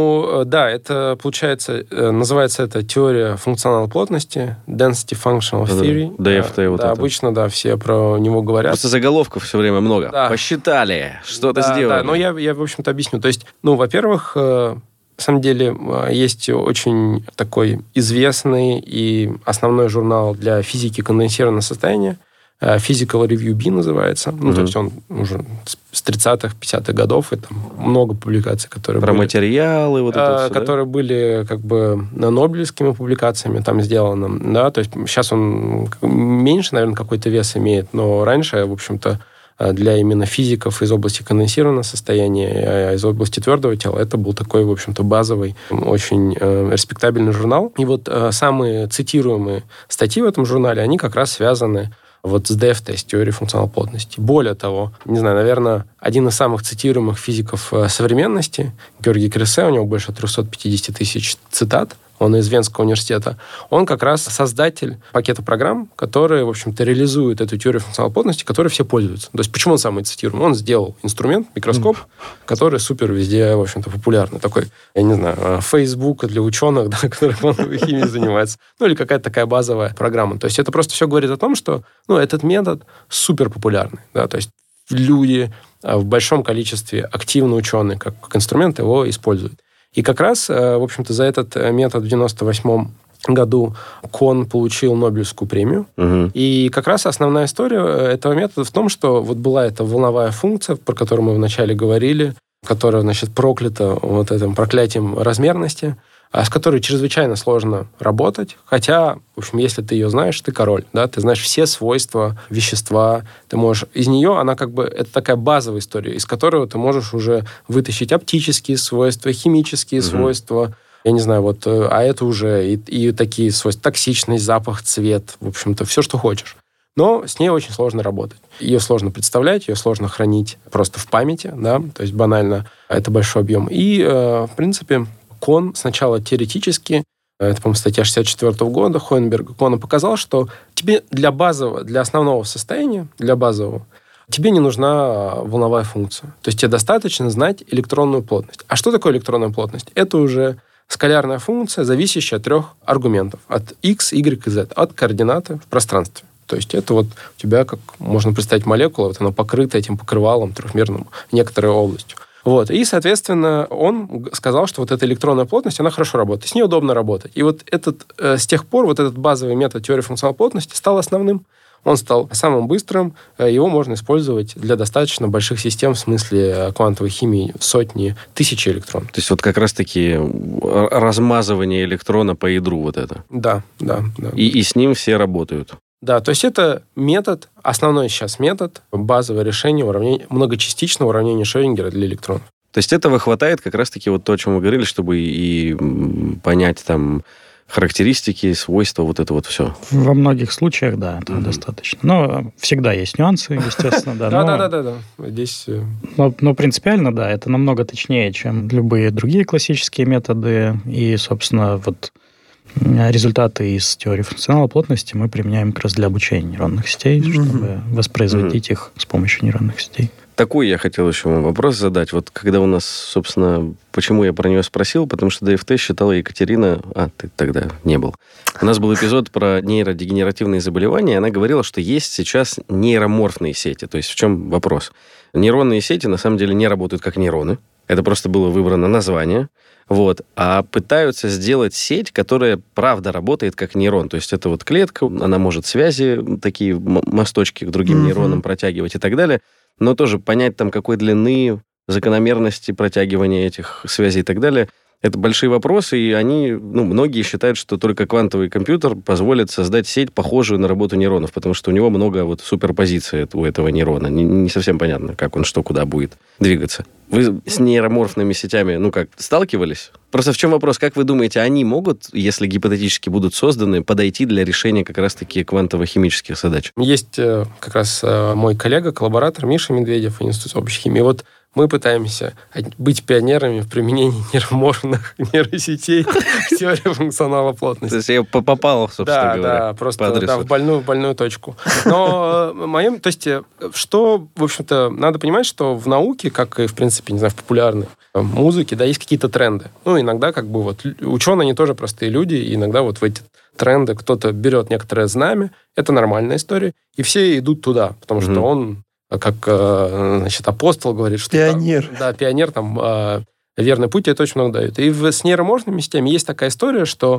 Да, это, получается, называется это теория функциональной плотности, Density Functional Theory. DFT вот это. Обычно, все про него говорят. Просто заголовков все время много. Да. Посчитали, что-то сделали. Да, но я, в общем-то, объясню. То есть, во-первых, на самом деле, есть очень такой известный и основной журнал для физики конденсированного состояния, Physical Review B называется. То есть он уже с 30-х, 50-х годов, и там много публикаций, которые про материалы, вот это все, которые были нобелевскими публикациями там сделаны. Да? То есть сейчас он меньше, наверное, какой-то вес имеет, но раньше, в общем-то, для именно физиков из области конденсированного состояния, из области твердого тела, это был такой, в общем-то, базовый, очень респектабельный журнал. И вот самые цитируемые статьи в этом журнале, они как раз связаны с DFT, с теорией функциональной плотности. Более того, не знаю, наверное, один из самых цитируемых физиков современности, Георгий Крессе, у него больше 350 тысяч цитат, он из Венского университета, он как раз создатель пакета программ, которые, в общем-то, реализуют эту теорию функциональной плотности, которой все пользуются. То есть почему он самый цитируемый? Он сделал инструмент, микроскоп, который супер везде, в общем-то, популярный. Такой, я не знаю, Facebook для ученых, да, которые квантовой химией занимаются. Или какая-то такая базовая программа. То есть это просто все говорит о том, что этот метод супер популярный. Да? То есть люди в большом количестве, активно ученые, как инструмент, его используют. И как раз, в общем-то, за этот метод в 1998 году Кон получил Нобелевскую премию. И как раз основная история этого метода в том, что была эта волновая функция, про которую мы вначале говорили, которая, проклята этим проклятием размерности, с которой чрезвычайно сложно работать. Хотя, в общем, если ты ее знаешь, ты король. Да? Ты знаешь все свойства вещества. Ты можешь... Из нее она это такая базовая история, из которой ты можешь уже вытащить оптические свойства, химические свойства. Я не знаю, а это уже и такие свойства. Токсичность, запах, цвет. В общем-то, все, что хочешь. но с ней очень сложно работать. Ее сложно представлять, ее сложно хранить просто в памяти, да, то есть банально это большой объем. И, в принципе, Kohn сначала теоретически, это, по-моему, статья 64 года Хойнберга, Kohn показал, что тебе для основного состояния, для базового, тебе не нужна волновая функция. То есть тебе достаточно знать электронную плотность. А что такое электронная плотность? Это уже скалярная функция, зависящая от 3 аргументов. От x, y и z. От координаты в пространстве. То есть это вот у тебя, как можно представить, молекула, вот она покрыта этим покрывалом трехмерным некоторой областью. Вот. И, соответственно, он сказал, что вот эта электронная плотность, она хорошо работает. С ней удобно работать. И вот с тех пор вот этот базовый метод теории функциональной плотности стал основным. Он стал самым быстрым, его можно использовать для достаточно больших систем, в смысле квантовой химии, сотни, тысячи электронов. То есть вот как раз-таки размазывание электрона по ядру вот это. Да. И с ним все работают. Да, то есть это метод, основной сейчас метод, базовое решение многочастичного уравнения Шрёдингера для электронов. То есть этого хватает как раз-таки вот то, о чем вы говорили, чтобы и понять там характеристики, свойства, вот это вот все. Во многих случаях, да, этого достаточно. Но всегда есть нюансы, естественно, да. Да. Здесь... Но принципиально, да, это намного точнее, чем любые другие классические методы. И, собственно, вот результаты из теории функциональной плотности мы применяем как раз для обучения нейронных сетей, чтобы воспроизводить их с помощью нейронных сетей. Такой я хотел еще вам вопрос задать. Вот когда у нас, собственно, почему я про нее спросил, потому что ДФТ считала Екатерина... ты тогда не был. У нас был эпизод про нейродегенеративные заболевания, и она говорила, что есть сейчас нейроморфные сети. То есть в чем вопрос? Нейронные сети на самом деле не работают как нейроны. Это просто было выбрано название. Вот. А пытаются сделать сеть, которая правда работает как нейрон. То есть это вот клетка, она может связи, такие мосточки к другим нейронам протягивать и так далее. Но тоже понять там, какой длины, закономерности протягивания этих связей и так далее, это большие вопросы, и они, многие считают, что только квантовый компьютер позволит создать сеть, похожую на работу нейронов, потому что у него много вот суперпозиций у этого нейрона. Не совсем понятно, как он что, куда будет двигаться. Вы с нейроморфными сетями, сталкивались? Просто в чем вопрос? Как вы думаете, они могут, если гипотетически будут созданы, подойти для решения как раз-таки квантово-химических задач? Есть как раз мой коллега, коллаборатор Миша Медведев, Институт общей химии. Вот мы пытаемся быть пионерами в применении нейроморфных нейросетей в теории функционала плотности. То есть я попал, собственно говоря, да, просто в больную точку. Но что, в общем-то, надо понимать, что в науке, как и, в принципе, не знаю, в популярной музыке, да, есть какие-то тренды. Иногда ученые, они тоже простые люди, и иногда вот в эти тренды кто-то берет некоторое знамя, это нормальная история, и все идут туда, потому что он как, апостол говорит, что... Пионер. Пионер, верный путь, это очень много дает. И с нейроморфными сетями есть такая история, что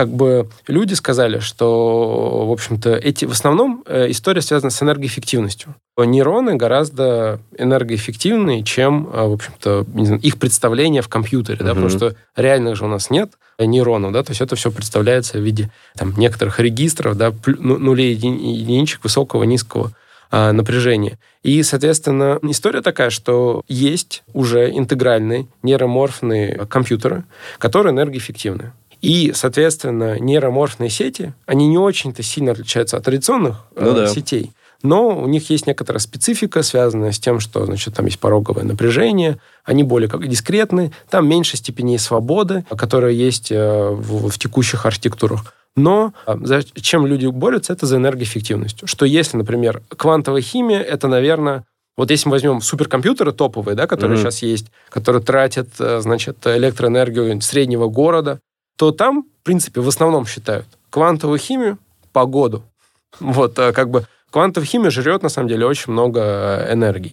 люди сказали, что, в общем-то, в основном история связана с энергоэффективностью. Нейроны гораздо энергоэффективнее, чем, в общем-то, их представление в компьютере, да, потому что реальных же у нас нет нейронов, да, то есть это все представляется в виде некоторых регистров, да, нулей, единичек, высокого, низкого напряжения. И, соответственно, история такая, что есть уже интегральные нейроморфные компьютеры, которые энергоэффективны. И, соответственно, нейроморфные сети, они не очень-то сильно отличаются от традиционных сетей, но у них есть некоторая специфика, связанная с тем, что, там есть пороговое напряжение, они более дискретны, там меньше степеней свободы, которые есть в текущих архитектурах. Но чем люди борются, это за энергоэффективностью. Что если, например, квантовая химия, это, наверное, вот если мы возьмем суперкомпьютеры топовые, да, которые сейчас есть, которые тратят, электроэнергию среднего города, то там, в принципе, в основном считают квантовую химию по году. Квантовая химия жрет, на самом деле, очень много энергии.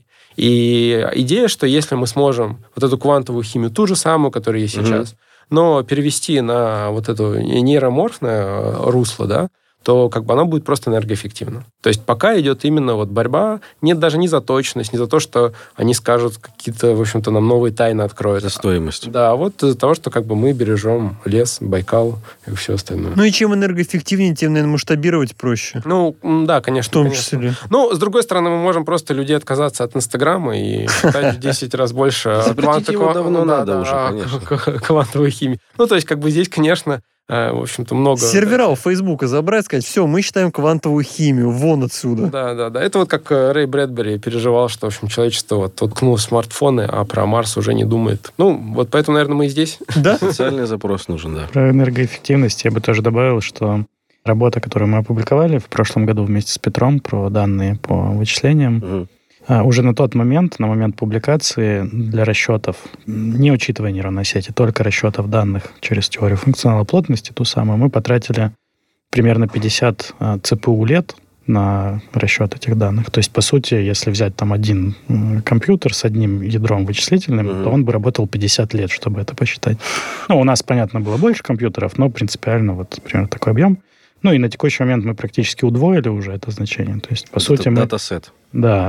И идея, что если мы сможем вот эту квантовую химию, ту же самую, которая есть сейчас, но перевести на вот это нейроморфное русло, да, то она будет просто энергоэффективна. То есть пока идет именно борьба, даже не за точность, не за то, что они скажут какие-то, в общем-то, нам новые тайны откроют. За стоимость. Да, из-за того, что мы бережем лес, Байкал и все остальное. И чем энергоэффективнее, тем, наверное, масштабировать проще. Да, конечно. В том числе. С другой стороны, мы можем просто людей отказаться от Инстаграма и считать в 10 раз больше запретить его давно надо уже, конечно. квантовой химии. То есть, здесь, конечно, В общем-то, много... Сервера у Фейсбука забрать, сказать, все, мы считаем квантовую химию, вон отсюда. Да. Это вот как Рэй Брэдбери переживал, что, в общем, человечество вот уткнуло в смартфоны, а про Марс уже не думает. Ну, вот поэтому, наверное, мы и здесь. Да? Специальный запрос нужен, да. Про энергоэффективность я бы тоже добавил, что работа, которую мы опубликовали в прошлом году вместе с Петром про данные по вычислениям, уже на тот момент, на момент публикации для расчетов, не учитывая нейронные сети, только расчетов данных через теорию функционала плотности, ту самую, мы потратили примерно 50 ЦПУ лет на расчет этих данных. То есть, по сути, если взять там один компьютер с одним ядром вычислительным, то он бы работал 50 лет, чтобы это посчитать. Ну, у нас, понятно, было больше компьютеров, но принципиально вот примерно такой объем. Ну, и на текущий момент мы практически удвоили уже это значение. То есть, по сути, мы... Датасет. Да,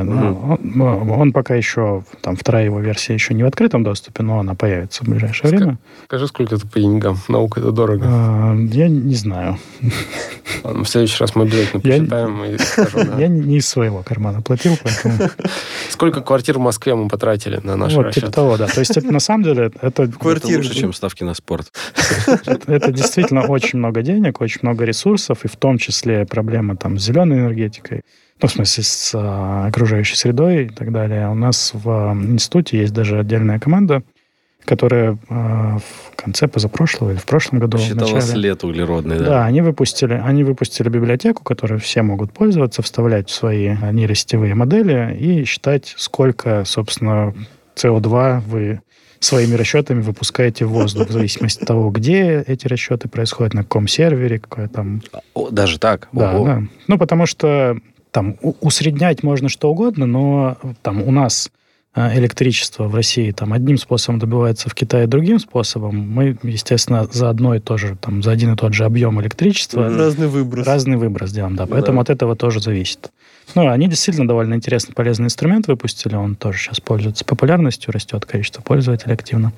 он пока еще, там, вторая его версия еще не в открытом доступе, но она появится в ближайшее время. Скажи, сколько это по деньгам? Наука это дорого. Я не знаю. Ладно, в следующий раз мы обязательно посчитаем и скажу. Я не из своего кармана платил, поэтому... Сколько квартир в Москве мы потратили на наши Вот, расчеты? типа того, да. То есть, это на самом деле... Это Лучше, чем ставки на спорт. Это действительно очень много денег, очень много ресурсов, и в том числе проблема там с зеленой энергетикой, ну, в смысле, с окружающей средой и так далее. У нас в институте есть даже отдельная команда, которая в конце позапрошлого или в прошлом году... Считала след углеродный, да? Да, они выпустили библиотеку, которую все могут пользоваться, вставлять в свои нейросетевые модели и считать, сколько, собственно, СО2 вы своими расчетами выпускаете в воздух, в зависимости от того, где эти расчеты происходят, на каком сервере, какое там... Даже так? Да, да. Ну, потому что там усреднять можно что угодно, но там у нас электричество в России там одним способом добывается, в Китае другим способом. Мы, естественно, за одно и то же, там, за один и тот же объем электричества... Разный выброс. Разный выброс делаем, да. Поэтому от этого тоже зависит. Ну, они действительно довольно интересный, полезный инструмент выпустили. Он тоже сейчас пользуется популярностью, растет количество пользователей активно.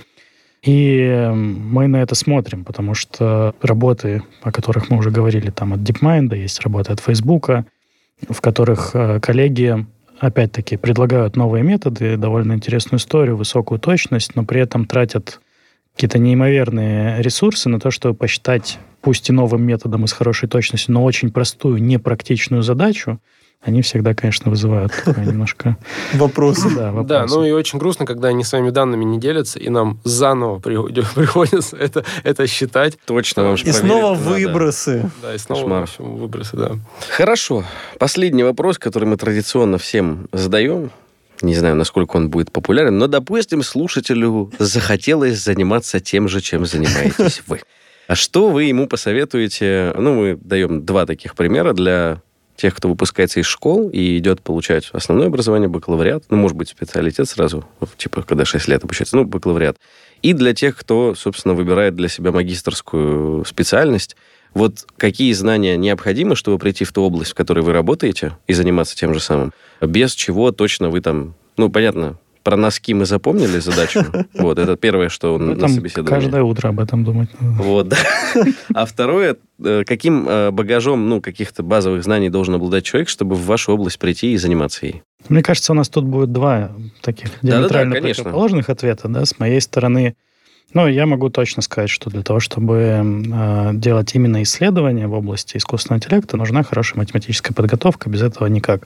И мы на это смотрим, потому что работы, о которых мы уже говорили, там от DeepMind, есть работы от Facebook, в которых коллеги, опять-таки, предлагают новые методы, довольно интересную историю, высокую точность, но при этом тратят какие-то неимоверные ресурсы на то, чтобы посчитать, пусть и новым методом и с хорошей точностью, но очень простую, непрактичную задачу. Они всегда, конечно, вызывают немножко... Вопросы. Да, вопросы. Да, ну и очень грустно, когда они своими данными не делятся, и нам заново приходится это считать. Точно. Вам И снова выбросы. Да, и снова выбросы, да. Хорошо. Последний вопрос, который мы традиционно всем задаем. Не знаю, насколько он будет популярен, но, допустим, слушателю захотелось заниматься тем же, чем занимаетесь вы. А что вы ему посоветуете? Ну, мы даем 2 таких примера для тех, кто выпускается из школ и идет получать основное образование, бакалавриат, ну, может быть, специалитет сразу, типа, когда 6 лет обучается, ну, бакалавриат. И для тех, кто, собственно, выбирает для себя магистерскую специальность. Вот какие знания необходимы, чтобы прийти в ту область, в которой вы работаете, и заниматься тем же самым? Без чего точно вы там... Ну, понятно, про носки мы запомнили задачу. Вот, это первое, что на собеседовании. Каждое утро об этом думать. Вот, да. А второе, каким багажом, ну, каких-то базовых знаний должен обладать человек, чтобы в вашу область прийти и заниматься ей? Мне кажется, у нас тут будет 2 таких диаметрально противоположных ответа. Да? С моей стороны, ну, я могу точно сказать, что для того, чтобы делать именно исследования в области искусственного интеллекта, нужна хорошая математическая подготовка, без этого никак.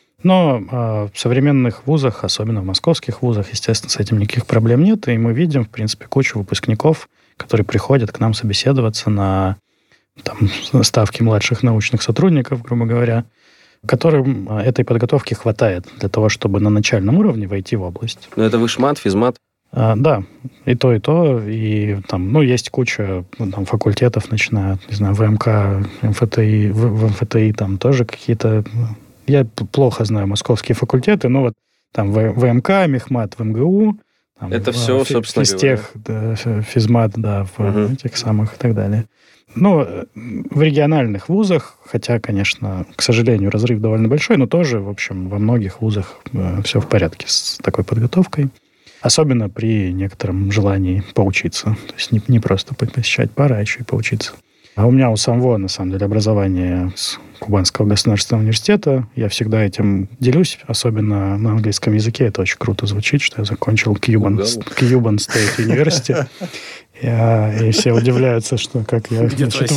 Но в современных вузах, особенно в московских вузах, естественно, с этим никаких проблем нет, и мы видим, в принципе, кучу выпускников, которые приходят к нам собеседоваться на там, ставки младших научных сотрудников, грубо говоря, которым этой подготовки хватает для того, чтобы на начальном уровне войти в область. Ну, это вышмат, физмат? Да, и то, и там, ну, есть куча там, факультетов, начиная, не знаю, ВМК, МФТИ, в МФТИ там тоже какие-то... Я плохо знаю московские факультеты, но вот там ВМК, Мехмат в МГУ. Там, это все, собственно физтех, да, физмат, да, в этих самых и так далее. Ну, в региональных вузах, хотя, конечно, к сожалению, разрыв довольно большой, но тоже, в общем, во многих вузах все в порядке с такой подготовкой. Особенно при некотором желании поучиться. То есть не просто посещать пары, а еще и поучиться. А у меня у самого, на самом деле, образование с Кубанского государственного университета. Я всегда этим делюсь, особенно на английском языке. Это очень круто звучит, что я закончил Cuban State University. И все удивляются, что как я в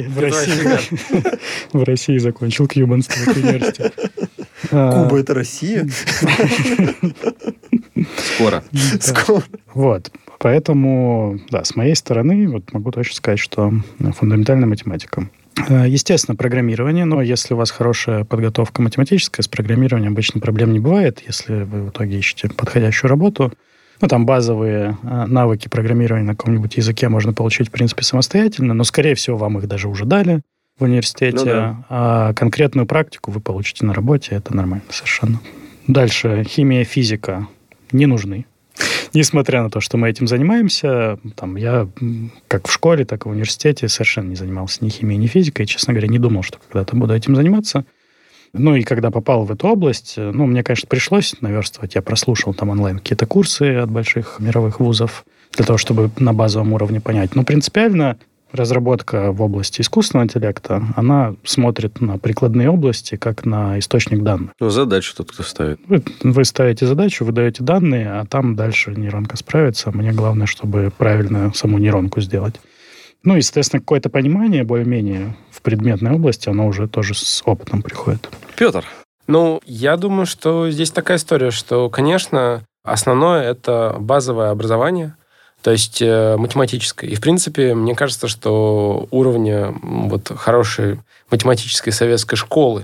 России закончил Cuban State University. Куба — это Россия? Скоро. Вот. Поэтому, да, с моей стороны, вот могу точно сказать, что фундаментальная математика. Естественно, программирование, но если у вас хорошая подготовка математическая, с программированием обычно проблем не бывает, если вы в итоге ищете подходящую работу. Ну, там базовые навыки программирования на каком-нибудь языке можно получить, в принципе, самостоятельно, но, скорее всего, вам их даже уже дали в университете, а конкретную практику вы получите на работе, это нормально совершенно. Дальше, химия, физика не нужны. Несмотря на то, что мы этим занимаемся, там, я как в школе, так и в университете совершенно не занимался ни химией, ни физикой. И, честно говоря, не думал, что когда-то буду этим заниматься. Ну и когда попал в эту область, мне, конечно, пришлось наверстывать. Я прослушал там онлайн какие-то курсы от больших мировых вузов для того, чтобы на базовом уровне понять. Но принципиально разработка в области искусственного интеллекта, она смотрит на прикладные области, как на источник данных. Ну, задачу тут кто ставит. Вы ставите задачу, вы даете данные, а там дальше нейронка справится. Мне главное, чтобы правильно саму нейронку сделать. Ну и, соответственно, какое-то понимание более-менее в предметной области, оно уже тоже с опытом приходит. Петр. Ну, я думаю, что здесь такая история, что, конечно, основное — это базовое образование, то есть математическое. И, в принципе, мне кажется, что уровня вот хорошей математической советской школы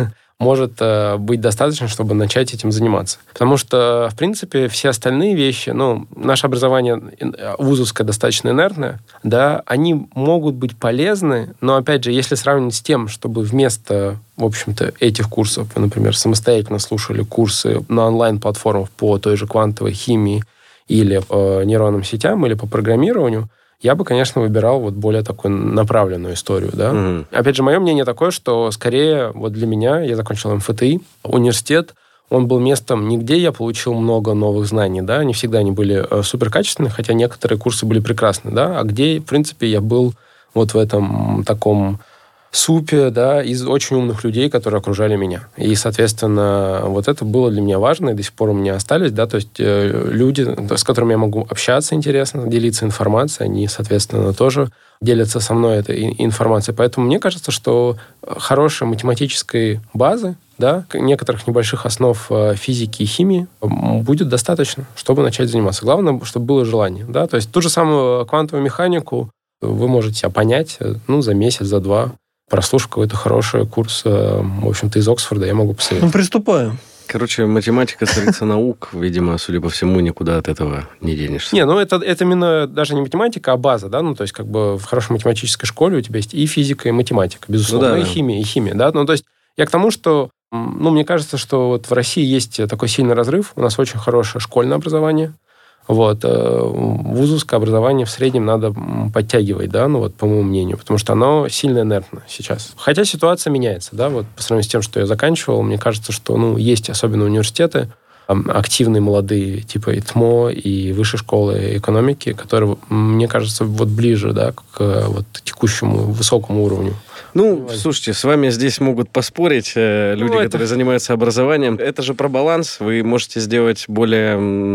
может быть достаточно, чтобы начать этим заниматься. Потому что, в принципе, все остальные вещи, наше образование вузовское достаточно инертное, да, они могут быть полезны, но, опять же, если сравнивать с тем, чтобы вместо, в общем-то, этих курсов, вы, например, самостоятельно слушали курсы на онлайн-платформах по той же квантовой химии или по нейронным сетям, или по программированию, я бы, конечно, выбирал вот более такую направленную историю, да. Mm-hmm. Опять же, мое мнение такое, что скорее вот для меня, я закончил МФТИ, университет, он был местом не где я получил много новых знаний, да, не всегда они были суперкачественные, хотя некоторые курсы были прекрасны, да, а где, в принципе, я был вот в этом таком супе, да, из очень умных людей, которые окружали меня. И, соответственно, вот это было для меня важно, и до сих пор у меня остались, да, то есть люди, с которыми я могу общаться интересно, делиться информацией, они, соответственно, тоже делятся со мной этой информацией. Поэтому мне кажется, что хорошей математической базы, да, некоторых небольших основ физики и химии будет достаточно, чтобы начать заниматься. Главное, чтобы было желание, да, то есть ту же самую квантовую механику вы можете понять, за месяц, за два, прослушав какой-то хороший курс, в общем-то, из Оксфорда, я могу посоветовать. Приступаем. Короче, математика, столица наук, видимо, судя по всему, никуда от этого не денешься. Не, это именно даже не математика, а база, да, то есть как бы в хорошей математической школе у тебя есть и физика, и математика, безусловно, и химия, да, то есть я к тому, что, мне кажется, что вот в России есть такой сильный разрыв, у нас очень хорошее школьное образование, вот, вузовское образование в среднем надо подтягивать, да, по моему мнению, потому что оно сильно инертно сейчас. Хотя ситуация меняется, да, вот по сравнению с тем, что я заканчивал, мне кажется, что, есть особенно университеты, активные молодые, типа ИТМО и высшей школы экономики, которые, мне кажется, вот ближе, да, к вот текущему высокому уровню. Слушайте, с вами здесь могут поспорить люди, которые занимаются образованием. Это же про баланс. Вы можете сделать более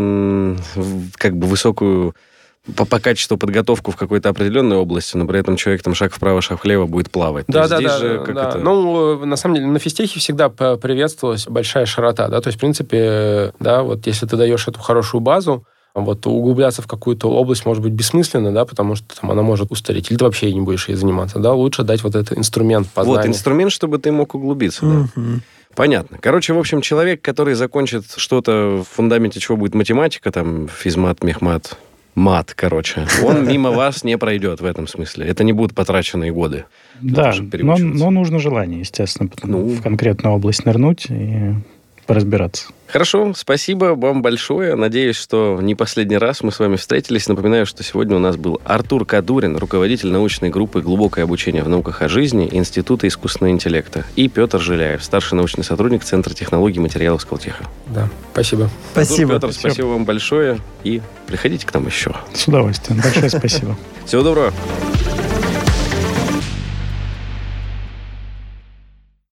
высокую по качеству подготовку в какой-то определенной области, но при этом человек там шаг вправо, шаг влево будет плавать. Да. На самом деле, на физтехе всегда приветствовалась большая широта, да, то есть, в принципе, да, вот если ты даешь эту хорошую базу, вот углубляться в какую-то область может быть бессмысленно, да, потому что там она может устареть, или ты вообще не будешь ей заниматься, да, лучше дать вот этот инструмент познания. Вот, инструмент, чтобы ты мог углубиться, да. Понятно. Короче, в общем, человек, который закончит что-то, в фундаменте чего будет математика, там, физмат, мехмат, мат, он мимо вас не пройдет в этом смысле. Это не будут потраченные годы. Да, но нужно желание, естественно, в конкретную область нырнуть и поразбираться. Хорошо, спасибо вам большое. Надеюсь, что не последний раз мы с вами встретились. Напоминаю, что сегодня у нас был Артур Кадурин, руководитель научной группы «Глубокое обучение в науках о жизни» Института искусственного интеллекта, и Петр Жиляев, старший научный сотрудник Центра технологий и материалов Сколтеха. Да, спасибо. Спасибо. Артур, Петр, спасибо вам большое, и приходите к нам еще. С удовольствием. Большое спасибо. Всего доброго.